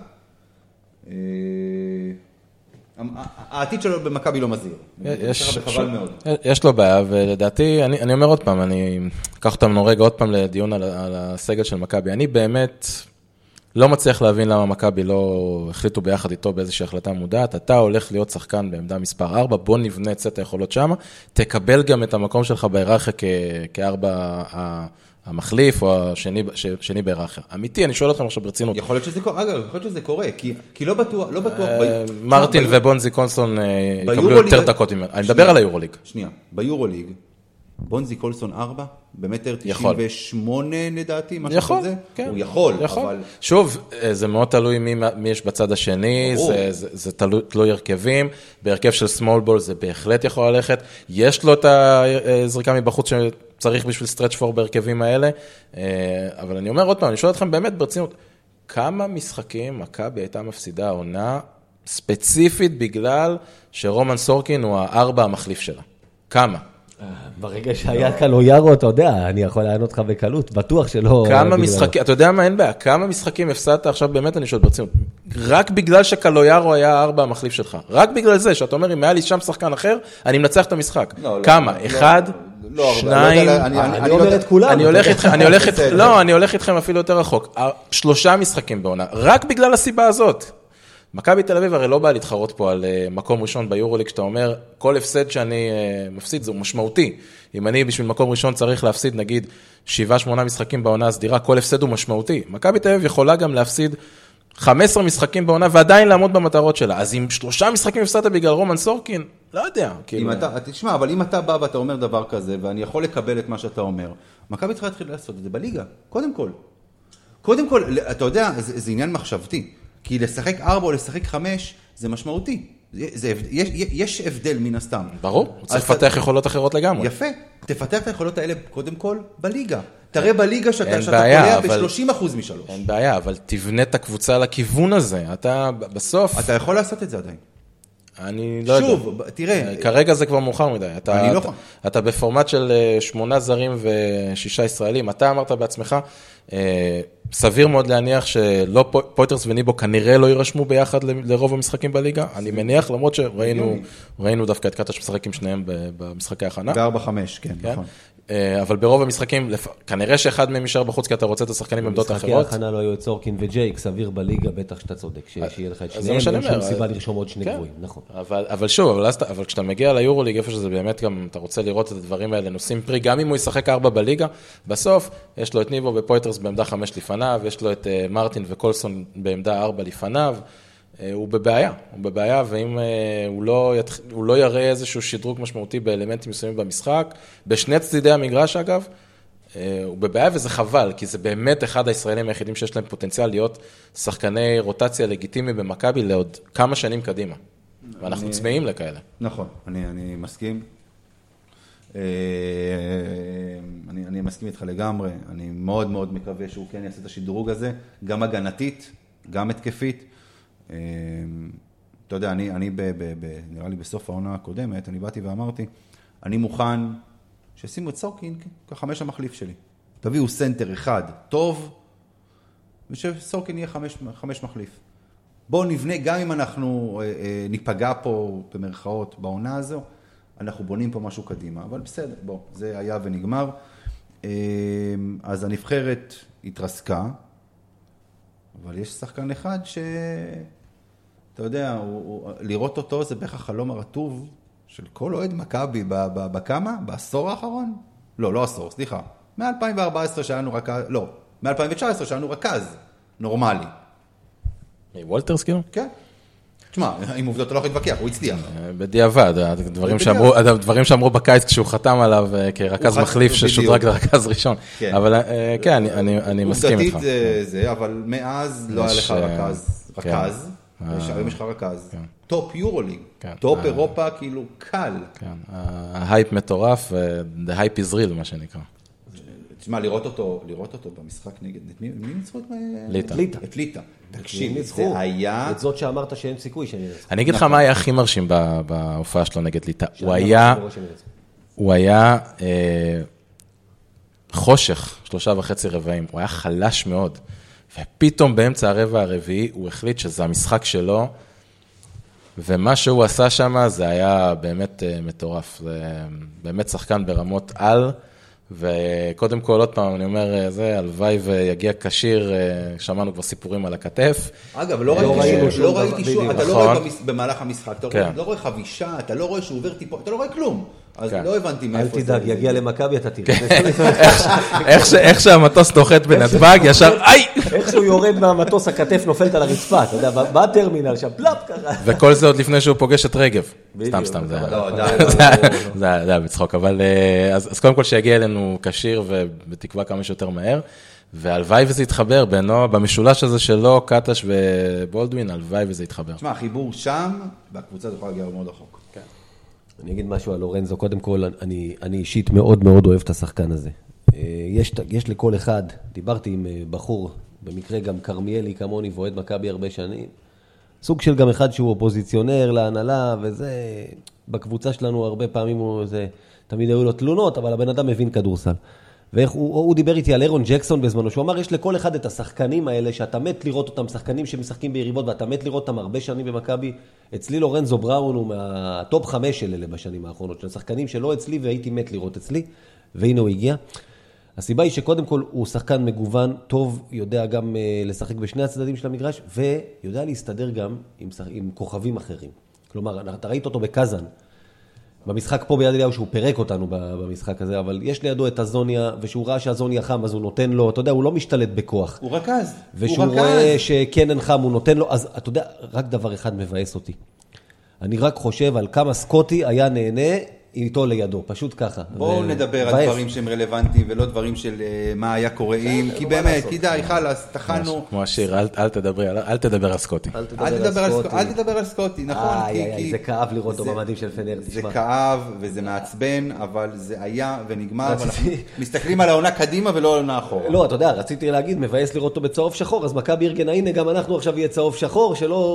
העתיד שלו במכבי לא מזהיר. יש לו בעיה, ולדעתי, אני אומר עוד פעם, אני אקח אותנו רגע עוד פעם לדיון על הסגל של מכבי. אני באמת לא מצליח להבין למה מכבי לא החליטו ביחד איתו באיזושהי החלטה מודעת. אתה הולך להיות שחקן בעמדה מספר 4, בוא נבנה את סט היכולות שם, תקבל גם את המקום שלך בהיררכיה כארבע המחליף או השני בהיררכיה. אמיתי, אני שואל אתכם עכשיו ברצינות. יכול להיות שזה קורה, אגב, יכול להיות שזה קורה, כי לא בטוח. מרטין ובונזי קולסון יקבלו יותר דקות. אני מדבר על היורוליג. שנייה, ביורוליג, בונזי קולסון 4, במטר 98 לדעתי, משהו כזה. הוא יכול, אבל... שוב, זה מאוד תלוי מי יש בצד השני, זה תלוי הרכבים, בהרכב של סמול בול זה בהחלט יכול ללכת, יש לו את הזריקה מבחוץ שצריך בשביל סטרץ' פור בהרכבים האלה, אבל אני אומר עוד פעם, אני שואל אתכם באמת ברצינות, כמה משחקים מכבי הייתה מפסידה עונה ספציפית בגלל שרומן סורקין הוא 4 המחליף שלה? כמה? ברגע שהיה קלויארו, אתה יודע, אני יכול לענות לך בקלות, בטוח שלא... כמה משחקים, אתה יודע מה, אין בעיה, כמה משחקים הפסדת עכשיו, באמת אני שואל ברצינות, רק בגלל שקלויארו היה 4 המחליף שלך, רק בגלל זה, שאתה אומר, אם היה לי שם שחקן אחר, אני מנצח את המשחק. כמה? 1, 2, אני אומר את כולם. אני הולך איתכם אפילו יותר רחוק, 3 משחקים בעונה, רק בגלל הסיבה הזאת. מכבי תל אביב הרי לא בא להתחרות פה על מקום ראשון ביורוליג, שאתה אומר, כל הפסד שאני מפסיד זה משמעותי. אם אני בשביל מקום ראשון צריך להפסיד, נגיד, 7-8 משחקים בעונה הסדירה, כל הפסד הוא משמעותי. מכבי תל אביב יכולה גם להפסיד 15 משחקים בעונה, ועדיין לעמוד במטרות שלה. אז אם 3 משחקים הפסדת בגלל רומן סורקין, לא יודע. תשמע, אבל אם אתה בא ואתה אומר דבר כזה, ואני יכול לקבל את מה שאתה אומר, מכבי צריכה להתחיל לעשות את זה בליגה, קודם כל, אתה יודע, זה עניין מחשבתי. כי לשחק 4 או לשחק 5 זה משמעותי. יש הבדל מן הסתם. ברור, צריך לפתח יכולות אחרות לגמרי. יפה, תפתח את היכולות האלה קודם כל בליגה. תראה בליגה שאתה קולע ב-30% משלוש. אין בעיה, אבל תבנה את הקבוצה לכיוון הזה. אתה בסוף... אתה יכול לעשות את זה עדיין. אני לא יודע. שוב, תראה. כרגע זה כבר מאוחר מדי. אני לא... אתה בפורמט של 8 זרים ו6 ישראלים. אתה אמרת בעצמך, סביר מאוד להניח שלא פויטרס וניבו כנראה לא יירשמו ביחד לרוב המשחקים בליגה. אני מניח, למרות שראינו דווקא את קטש משחק עם שניהם במשחקי ההכנה. 4-5, כן, נכון. אבל ברוב המשחקים, כנראה שאחד מהם יישאר בחוץ, כי אתה רוצה את השחקנים בעמדות אחרות. במשחקי ההכנה לא היו את סורקין וג'ייק, סביר בליגה, בטח שאתה צודק, שיהיה לך את שניהם, אין שום סיבה לרשום עוד שני גבוהים, נכון. אבל שוב, אבל כשאתה מגיע ליורוליג, איפה שזה באמת גם, אתה רוצה לראות את הדברים האלה, נושאים פרי, גם אם הוא ישחק 4 בליגה, בסוף יש לו את ניבו ופויטרס בעמדה 5 לפניו, יש לו את מרטין וקולסון בעמדה 4 לפניו, הוא בבעיה, ואם הוא לא יראה איזשהו שדרוג משמעותי באלמנטים מסוימים במשחק, בשני צדדי המגרש אגב, הוא בבעיה וזה חבל, כי זה באמת אחד הישראלים היחידים שיש להם פוטנציאל להיות שחקני רוטציה לגיטימי במכבי לעוד כמה שנים קדימה, ואנחנו צמאים לכאלה. נכון, אני מסכים. אני מסכים איתך לגמרי, אני מאוד מאוד מקווה שהוא כן יעשה את השדרוג הזה, גם הגנתית, גם התקפית. אתה יודע, נראה לי בסוף העונה הקודמת, אני באתי ואמרתי, אני מוכן שישימו את סורקין כ5 המחליף שלי. תביאו סנטר אחד טוב, ושסורקין יהיה 5 מחליף. בואו נבנה, גם אם אנחנו ניפגע פה במרכאות בעונה הזו, אנחנו בונים פה משהו קדימה, אבל בסדר, בוא, זה היה ונגמר. אז הנבחרת התרסקה, אבל יש שחקן אחד אתה יודע, לראות אותו זה בערך החלום הרטוב של כל אוהד מכבי בכמה? בעשור האחרון? לא עשור, סליחה. מ-2014 שהיינו רכז, לא, מ-2019 שהיינו רכז, נורמלי. וולטרס כאילו? כן. תשמע, עם עובדות אתה לא יכול להתווכח, הוא הצליח. בדיעבד, הדברים שאמרו בקיץ כשהוא חתם עליו כרכז מחליף ששודרג לרכז ראשון. אבל כן, אני מסכים איתך. עובדתית זה, אבל מאז לא היה לך רכז. היום יש לך רכז. טופ יורוליג. טופ אירופה כאילו קל. ההייפ מטורף, the hype is real, מה שנקרא. תשמע, לראות אותו במשחק נגד, מי ניצחו את ליטא? את ליטא. תקשיב, זה היה... את זאת שאמרת שאין סיכוי שאני נצחו. אני אגיד לך מה היה הכי מרשים בהופעה שלו נגד ליטא. הוא היה חושך, 3.5 רבעים. הוא היה חלש מאוד. ופתאום באמצע הרבע הרביעי הוא החליט שזה המשחק שלו, ומה שהוא עשה שם זה היה באמת מטורף. זה באמת שחקן ברמות על, וקודם כל עוד פעם אני אומר, זה הלוואי ויגיע קשיר, שמענו כבר סיפורים על הכתף. אגב, לא ראיתי שום, אתה לא רואה במהלך המשחק, אתה לא רואה חבישה, אתה לא רואה שהוא עובר טיפו, אתה לא רואה כלום. אז לא הבנתי מאיפה זה. אל תדאג, יגיע למכבי, אתה תראה. איך שהמטוס נוחת בנתב"ג, ישר, איי! איך שהוא יורד מהמטוס, הכתף נופלת על הרצפה, אתה יודע, מה הטרמינל שם? פלאפ ככה. וכל זה עוד לפני שהוא פוגש את רגב. סתם, זה היה בצחוק, אבל אז קודם כל שיגיע אלינו קשיר ובתקווה כמה שיותר מהר, והלוואי וזה יתחבר בינו, במשולש הזה שלו, קטש ובולדווין, הלוואי וזה יתחבר. תשמע, החיבור שם, והקבוצה זה יכול להגיע מאוד רחוק. כן. אני אגיד משהו על לורנזו, קודם כל, אני אישית מאוד מאוד אוהב את השחקן הזה. יש לכל אחד, דיברתי עם בחור, במקרה גם קרמיאלי כמוני, ואוהד מכבי הרבה שנים, סוג של גם אחד שהוא אופוזיציונר להנהלה, וזה, בקבוצה שלנו הרבה פעמים תמיד היו לו תלונות, אבל הבן אדם מבין כדורסל. והוא דיבר איתי על אירון ג'קסון בזמנו, שהוא אמר, יש לכל אחד את השחקנים האלה, שאתה מת לראות אותם, שחקנים שמשחקים ביריבות, ואתה מת לראות אותם הרבה שנים במכבי. אצלי לורנזו בראון הוא מהטופ 5 של אלה בשנים האחרונות, של השחקנים שלא אצלי, והייתי מת לראות אצלי, והנה הוא הגיע. הסיבה היא שקודם כל הוא שחקן מגוון, טוב, יודע גם לשחק בשני הצדדים של המגרש, ויודע להסתדר גם עם כוכבים אחרים. כלומר, אתה ראית אותו בקזן, במשחק פה ביד אליהו שהוא פרק אותנו במשחק הזה, אבל יש לידו את הזוניה, ושהוא ראה שהזוניה חם, אז הוא נותן לו, אתה יודע, הוא לא משתלט בכוח. הוא רכז. ושהוא רואה שכן אין חם, הוא נותן לו, אז אתה יודע, רק דבר אחד מבאס אותי. אני רק חושב על כמה סקוטי היה נהנה איתו לידו, פשוט ככה. בואו נדבר על דברים שהם רלוונטיים, ולא דברים של מה היה קורה אם, כי באמת, כדאי, חלאס, תחנו. כמו השיר, אל תדבר על סקוטי. אל תדבר על סקוטי, נכון. זה כאב לראות אותו במדים של פנר, זה כאב וזה מעצבן, אבל זה היה ונגמר, ואנחנו מסתכלים על העונה קדימה ולא על העונה אחורה. לא, אתה יודע, רציתי להגיד, מבאס לראות אותו בצהוב שחור, אז מכבי ארגן, הנה גם אנחנו עכשיו יהיה צהוב שחור,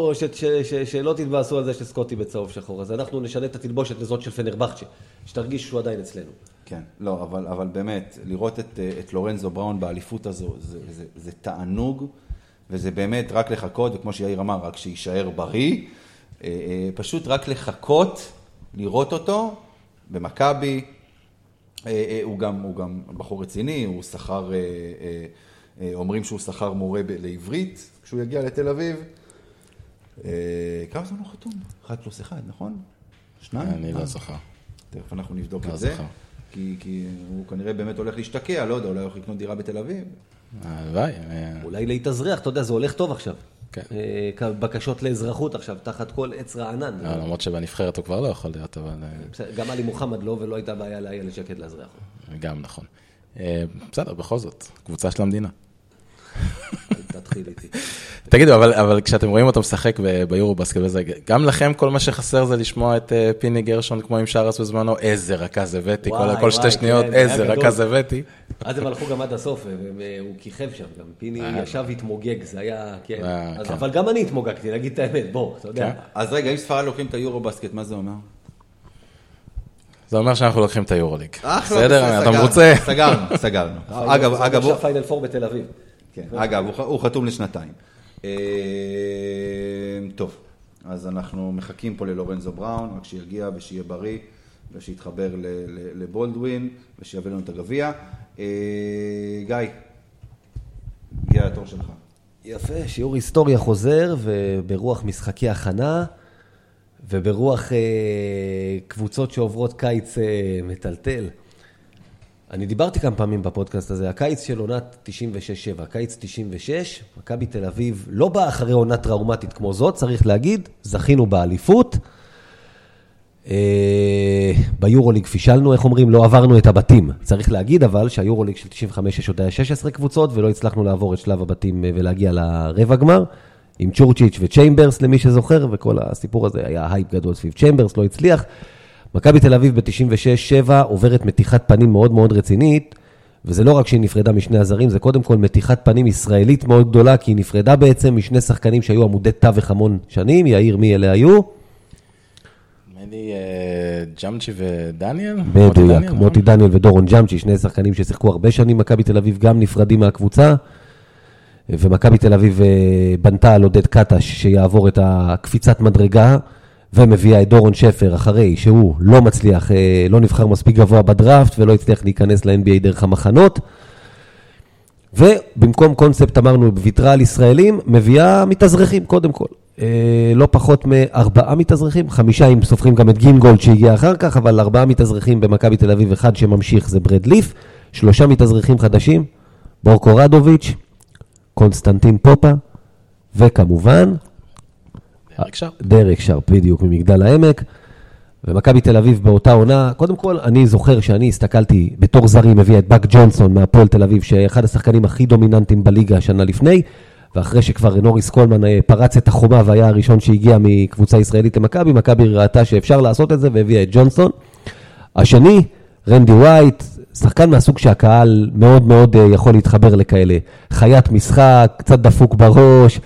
שלא תתבאסו על זה שסקוטי בצהוב שחור. אז אנחנו נשנה את התלבושת לזאת של פנרבחצ'ה, שתרגיש שהוא עדיין אצלנו. כן, לא, אבל באמת, לראות את לורנזו בראון באליפות הזו, זה תענוג, וזה באמת רק לחכות, וכמו שיאיר אמר, רק שישאר בריא, פשוט רק לחכות, לראות אותו במכבי, הוא גם בחור רציני, הוא שכר, אומרים שהוא שכר מורה לעברית, כשהוא יגיע לתל אביב. כמה זמן הוא חתום? 1+1, נכון? 2? אני לא זוכר. תכף אנחנו נבדוק את זה. כי הוא כנראה באמת הולך להשתקע, לא יודע, אולי הולך לקנות דירה בתל אביב. הלוואי. אולי להתאזרח, אתה יודע, זה הולך טוב עכשיו. כן. בקשות לאזרחות עכשיו, תחת כל עץ רענן. למרות שבנבחרת הוא כבר לא יכול להיות, אבל... גם עלי מוחמד לא, ולא הייתה בעיה לאיילת שקד לאזרח. גם נכון. בסדר, בכל זאת, קבוצה של המדינה. תתחיל איתי. תגידו, אבל כשאתם רואים אותו משחק ביורובסקט וזה, גם לכם כל מה שחסר זה לשמוע את פיני גרשון כמו עם שרס בזמנו, איזה רכז הבאתי, כל 2 שניות, איזה רכז הבאתי. אז הם הלכו גם עד הסוף, והוא כיכב שם, גם פיני ישב והתמוגג, זה היה, כן. אבל גם אני התמוגגתי, נגיד את האמת, בוא, אתה יודע. אז רגע, אם ספרד לוקחים את היורובסקט, מה זה אומר? זה אומר שאנחנו לוקחים את היורוליג. בסדר, אתה מרוצה? סגרנו. אגב, הוא פיינל 4 בתל אביב. אגב, הוא חתום לשנתיים. טוב, אז אנחנו מחכים פה ללורנזו בראון, רק שיגיע ושיהיה בריא, ושיתחבר לבולדווין, ושיביא לנו את הגביע. גיא, הגיע התור שלך. יפה, שיעור היסטוריה חוזר, וברוח משחקי הכנה, וברוח קבוצות שעוברות קיץ מטלטל. אני דיברתי כמה פעמים בפודקאסט הזה, הקיץ של עונת 96-7, הקיץ 96, מכבי תל אביב לא באה אחרי עונה טראומטית כמו זאת, צריך להגיד, זכינו באליפות, ביורוליג פישלנו, איך אומרים, לא עברנו את הבתים, צריך להגיד אבל שהיורוליג של 95 יש עוד היה 16 קבוצות, ולא הצלחנו לעבור את שלב הבתים ולהגיע לרבע גמר, עם צ'ורצ'יץ' וצ'יימברס למי שזוכר, וכל הסיפור הזה היה הייפ גדול סביב צ'יימברס, לא הצליח, מכבי תל אביב ב-96-7 עוברת מתיחת פנים מאוד מאוד רצינית, וזה לא רק שהיא נפרדה משני הזרים, זה קודם כל מתיחת פנים ישראלית מאוד גדולה, כי היא נפרדה בעצם משני שחקנים שהיו עמודי תווך המון שנים, יאיר מי אלה היו? מני ג'אמצ'י ודניאל? בדיוק, מוטי דניאל ודורון ג'אמצ'י, שני שחקנים ששיחקו הרבה שנים, מכבי תל אביב גם נפרדים מהקבוצה, ומכבי תל אביב בנתה על עודד קטש שיעבור את הקפיצת מדרגה, ומביאה את דורון שפר אחרי שהוא לא מצליח, לא נבחר מספיק גבוה בדראפט, ולא הצליח להיכנס ל-NBA דרך המחנות. ובמקום קונספט אמרנו בוויתרה על ישראלים, מביאה מתאזרחים קודם כל. לא פחות מ4 מתאזרחים, 5 אם סופרים גם את גינגולד שהגיע אחר כך, אבל 4 מתאזרחים במכבי תל אביב, 1 שממשיך זה ברד ליף, 3 מתאזרחים חדשים, בורקו רדוביץ', קונסטנטין פופה, וכמובן, דרק שר, בדיוק, ממגדל העמק, ומכבי תל אביב באותה עונה, קודם כל, אני זוכר שאני הסתכלתי בתור זרי, מביא את בק ג'ונסון מהפועל תל אביב, שאחד השחקנים הכי דומיננטיים בליגה השנה לפני, ואחרי שכבר נוריס קולמן פרץ את החומה, והיה הראשון שהגיע מקבוצה ישראלית למכבי, מכבי ראתה שאפשר לעשות את זה, והביאה את ג'ונסון. השני, רנדי ווייט, שחקן מהסוג שהקהל מאוד מאוד יכול להתחבר לכאלה. חיית משחק, קצת דפוק בראש.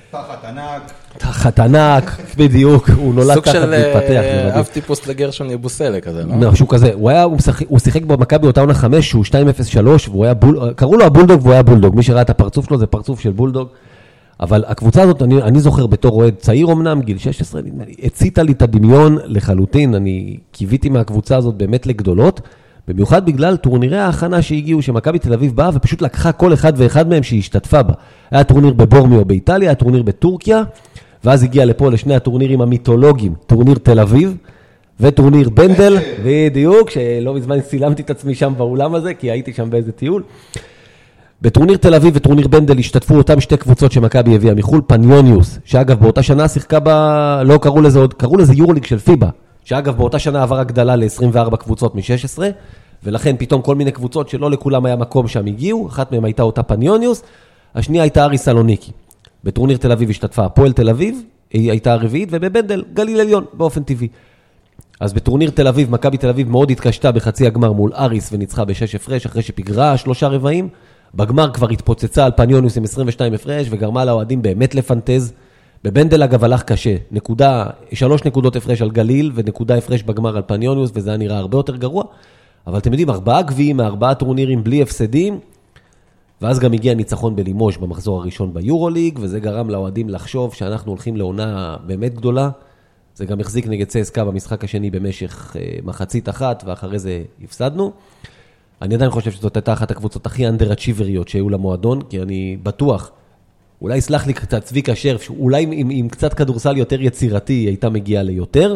תחת ענק, בדיוק, הוא נולד תחת להתפתח. סוג של אב טיפוס לגרשון יבוסלה כזה, לא? משהו כזה, הוא שיחק במכבי באותה עונה 5, שהוא 2-0-3, קראו לו הבולדוג והוא היה בולדוג, מי שראה את הפרצוף שלו זה פרצוף של בולדוג, אבל הקבוצה הזאת, אני זוכר בתור אוהד צעיר אמנם, גיל 16, הציתה לי את הדמיון לחלוטין, אני קיוויתי מהקבוצה הזאת באמת לגדולות, במיוחד בגלל טורנירי ההכנה שהגיעו, שמכבי תל אביב באה ופשוט לקחה כל אחד ואחד מהם שהשתתפה בה. היה טורניר בבורמיו באיטליה, היה טורניר בטורקיה, ואז הגיע לפה לשני הטורנירים המיתולוגיים, טורניר תל אביב וטורניר בנדל, בדיוק, שלא מזמן צילמתי את עצמי שם באולם הזה, כי הייתי שם באיזה טיול. בטורניר תל אביב וטורניר בנדל השתתפו אותם שתי קבוצות שמכבי הביאה מחול, פניוניוס, שאגב באותה שנה שיחקה בה, לא קראו לזה עוד, קראו לזה יורוליג של פיבה, שאגב באותה שנה עבר הגדלה ל-24 קבוצות מ-16, ולכן פתאום כל מיני קבוצות שלא לכולם היה מקום שם הגיעו, אחת מהם הייתה אותה פניוניוס, השנייה הייתה אריס סלוניקי. בטורניר תל אביב השתתפה הפועל תל אביב, היא הייתה הרביעית, ובבנדל גליל עליון באופן טבעי. אז בטורניר תל אביב, מכבי תל אביב מאוד התקשתה בחצי הגמר מול אריס וניצחה ב6 הפרש, אחרי שפיגרה 3 רבעים. בגמר כבר התפוצצה על פניוניוס עם 22 הפרש, וגרמה לאוהדים באמת לפנטז. בבנדל אגב הלך קשה, 3 נקודות הפרש על גליל, ונקודה הפרש בגמר על פניוניוס, וזה היה נראה הרבה יותר גרוע. אבל אתם יודעים, 4 גביעים מ4 טורנירים בלי הפסדים, ואז גם הגיע ניצחון בלימוש במחזור הראשון ביורוליג, וזה גרם לאוהדים לחשוב שאנחנו הולכים לעונה באמת גדולה, זה גם החזיק נגד CSKA במשחק השני במשך מחצית אחת, ואחרי זה הפסדנו. אני עדיין חושב שזאת הייתה אחת הקבוצות הכי אנדר-אצ'יבריות שהיו למועדון, כי אני בטוח, אולי יסלח לי קצת צביקה שרף, אולי עם קצת כדורסל יותר יצירתי היא הייתה מגיעה ליותר,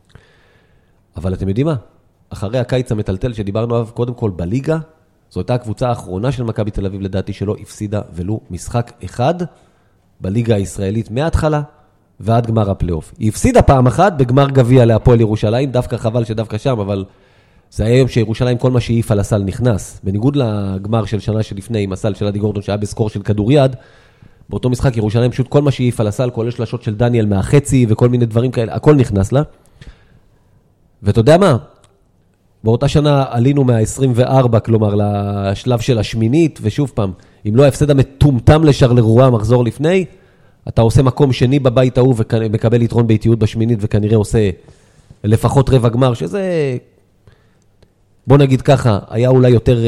אבל אתם יודעים מה? אחרי הקיץ המטלטל שדיברנו עליו קודם כל בליגה, זו הייתה הקבוצה האחרונה של מכבי תל אביב לדעתי שלא הפסידה ולו משחק אחד בליגה הישראלית מההתחלה ועד גמר הפלייאוף. היא הפסידה פעם אחת בגמר גביע להפועל ירושלים, דווקא חבל שדווקא שם, אבל זה היה יום שירושלים כל מה שהעיף על הסל נכנס. בניגוד לגמר של שנה שלפני עם הסל של עדי גורדון שהיה בסקור של כדוריד, באותו משחק ירושלים פשוט כל מה שהעיף על הסל, כולל שלשות של דניאל מהחצי וכל מיני דברים כאלה, הכל נכנס לה. ואתה יודע מה? באותה שנה עלינו מה-24, כלומר לשלב של השמינית, ושוב פעם, אם לא ההפסד המטומטם לשרלרואה מחזור לפני, אתה עושה מקום שני בבית ההוא ומקבל יתרון באיטיות בשמינית, וכנראה עושה לפחות רבע גמר, שזה, בוא נגיד ככה, היה אולי יותר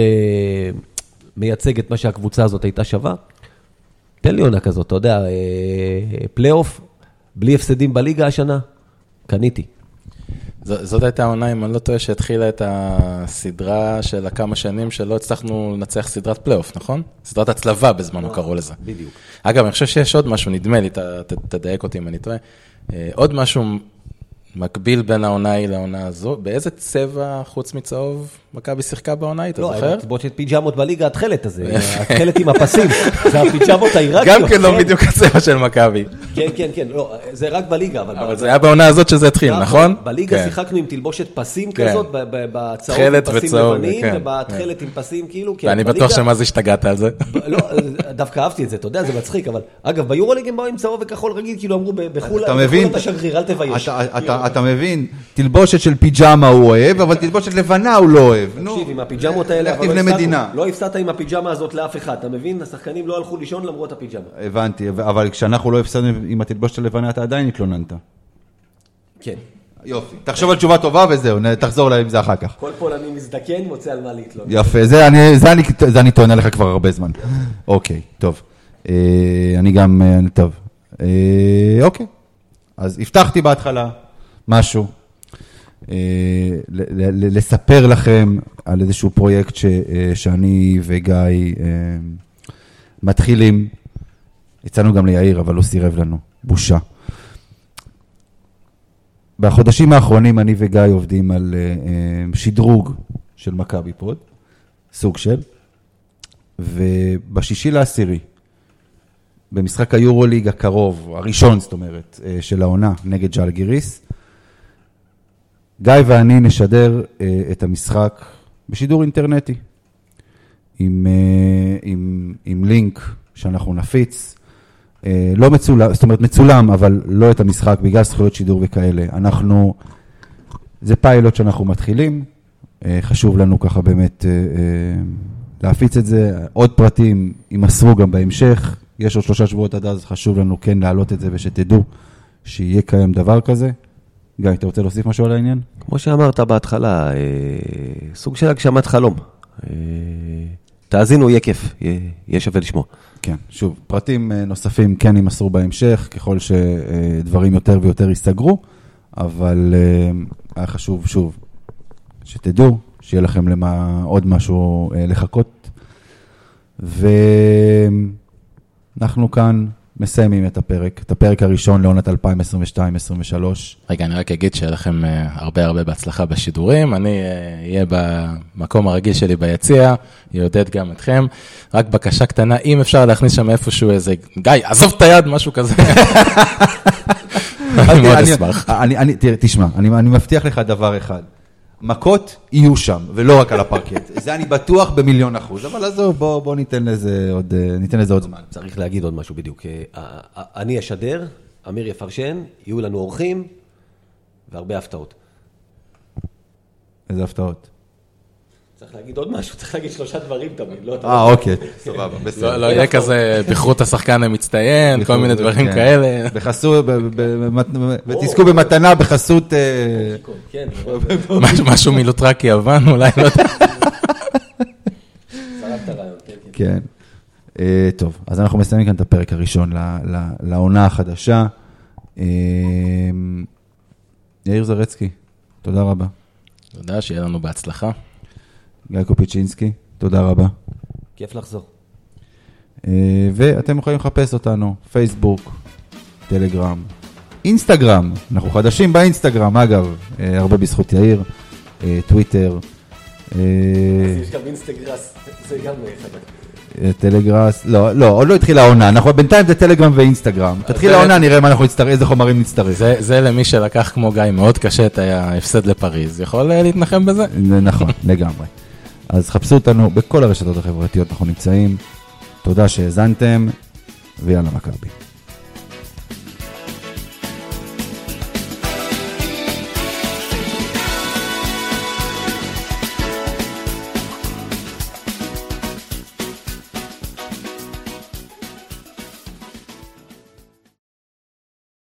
מייצג את מה שהקבוצה הזאת הייתה שווה. תן לי עונה כזאת, אתה יודע, פלייאוף, בלי הפסדים בליגה השנה, קניתי. זאת הייתה העונה, אם אני לא טועה, שהתחילה את הסדרה של הכמה שנים שלא הצלחנו לנצח סדרת פלייאוף, נכון? סדרת הצלבה בזמנו קראו לזה. בדיוק. אגב, אני חושב שיש עוד משהו, נדמה לי, תדייק אותי אם אני טועה, עוד משהו מקביל בין העונה היא לעונה הזו, באיזה צבע חוץ מצהוב מכבי שיחקה בעונה, אתה זוכר? לא, תלבושת פיג'מות בליגה התחלת הזה, התחלת עם הפסים, זה הפיג'מות העיראקיות. גם כן לא בדיוק הצבע של מכבי. כן, לא, זה רק בליגה. אבל זה היה בעונה הזאת שזה התחיל, נכון? בליגה שיחקנו עם תלבושת פסים כזאת, בצהוב עם פסים לבנים, ובתחלת עם פסים כאילו. ואני בטוח שמה זה השתגעת על זה. לא, דווקא אהבתי את זה, אתה יודע, זה מצחיק, אבל אגב, ביורוליג הם באו עם צהוב וכחול רגיל, כאילו אמרו בחול אתה שגריר, אל תבייש. אתה מבין, תלבושת של פיג'מה הוא אוהב, אבל תלבושת לבנה הוא לא אוהב. תקשיב, עם הפיג'מות האלה, לא הפסדת עם הפיג'מה הזאת לאף אחד, אתה מבין? השחקנים לא הלכו לישון למרות הפיג'מה. הבנתי, אבל כשאנחנו לא הפסדנו עם התלבושת הלבנה, אתה עדיין התלוננת. כן. יופי, תחשוב על תשובה טובה וזהו, תחזור לה עם זה אחר כך. כל פולני מזדקן, מוצא על מה להתלונן. יפה, זה אני טוען עליך כבר הרבה זמן. אוקיי, טוב. אני גם, טוב. אוקיי. אז הבטחתי בהתחלה משהו. לספר לכם על איזשהו פרויקט שאני וגיא מתחילים. יצאנו גם ליאיר, אבל לא סירב לנו. בושה. בחודשים האחרונים אני וגיא עובדים על שדרוג של מכבי פוד, סוג של, וב6/10, במשחק היורוליג הקרוב, הראשון זאת אומרת, של העונה נגד ז'לגיריס, גיא ואני נשדר את המשחק בשידור אינטרנטי, עם לינק שאנחנו נפיץ, לא מצולם, זאת אומרת מצולם, אבל לא את המשחק, בגלל זכויות שידור וכאלה. זה פיילוט שאנחנו מתחילים, חשוב לנו ככה באמת להפיץ את זה, עוד פרטים יימסרו גם בהמשך, יש עוד 3 שבועות עד אז, חשוב לנו כן להעלות את זה ושתדעו שיהיה קיים דבר כזה. גיא, אתה רוצה להוסיף משהו על העניין? כמו שאמרת בהתחלה, סוג של הגשמת חלום. תאזינו, יהיה כיף, יהיה שווה לשמוע. כן, שוב, פרטים נוספים כן יימסרו בהמשך, ככל שדברים יותר ויותר יסתגרו, אבל היה חשוב, שוב, שתדעו, שיהיה לכם למה עוד משהו לחכות, ואנחנו כאן מסיימים את הפרק הראשון לעונת 2022-2023. רגע, אני רק אגיד שיהיה לכם הרבה בהצלחה בשידורים, אני אהיה במקום הרגיל שלי ביציע, יעודד גם אתכם, רק בקשה קטנה, אם אפשר להכניס שם איפשהו איזה, גיא, עזוב את היד, משהו כזה. אני מאוד אשמח. תשמע, אני מבטיח לך דבר אחד, מכות יהיו שם, ולא רק על הפרקט. זה אני בטוח ב1,000,000%, אבל עזוב, בוא ניתן לזה עוד זמן. צריך להגיד עוד משהו בדיוק. אני אשדר, אמיר יפרשן, יהיו לנו אורחים, והרבה הפתעות. איזה הפתעות? צריך להגיד עוד משהו, צריך להגיד 3 דברים תמיד. אוקיי, סבבה, בסדר. לא יהיה כזה, בחרות השחקן המצטיין, כל מיני דברים כאלה. בחסות, ותזכו במתנה בחסות... משהו מילוטרקי יוון, אולי לא יודע. שרפת רעיון, כן. כן. טוב, אז אנחנו מסיימים כאן את הפרק הראשון לעונה החדשה. יאיר זרצקי, תודה רבה. תודה, שיהיה לנו בהצלחה. גיא קופיצ'ינסקי, תודה רבה. כיף לחזור. ואתם יכולים לחפש אותנו, פייסבוק, טלגרם, אינסטגרם, אנחנו חדשים באינסטגרם, אגב, הרבה בזכות יאיר, טוויטר. יש גם אינסטגרס, זה גם חדש. טלגרס, לא, עוד לא התחילה העונה, אנחנו בינתיים זה טלגרם ואינסטגרם. תתחיל העונה, נראה מה אנחנו נצטרך, איזה חומרים נצטרך. זה למי שלקח כמו גיא מאוד קשה את ההפסד לפריז, יכול להתנחם בזה? נכון, לגמרי. אז חפשו אותנו בכל הרשתות החברתיות, אנחנו נמצאים. תודה שהזנתם, ויאללה מכבי.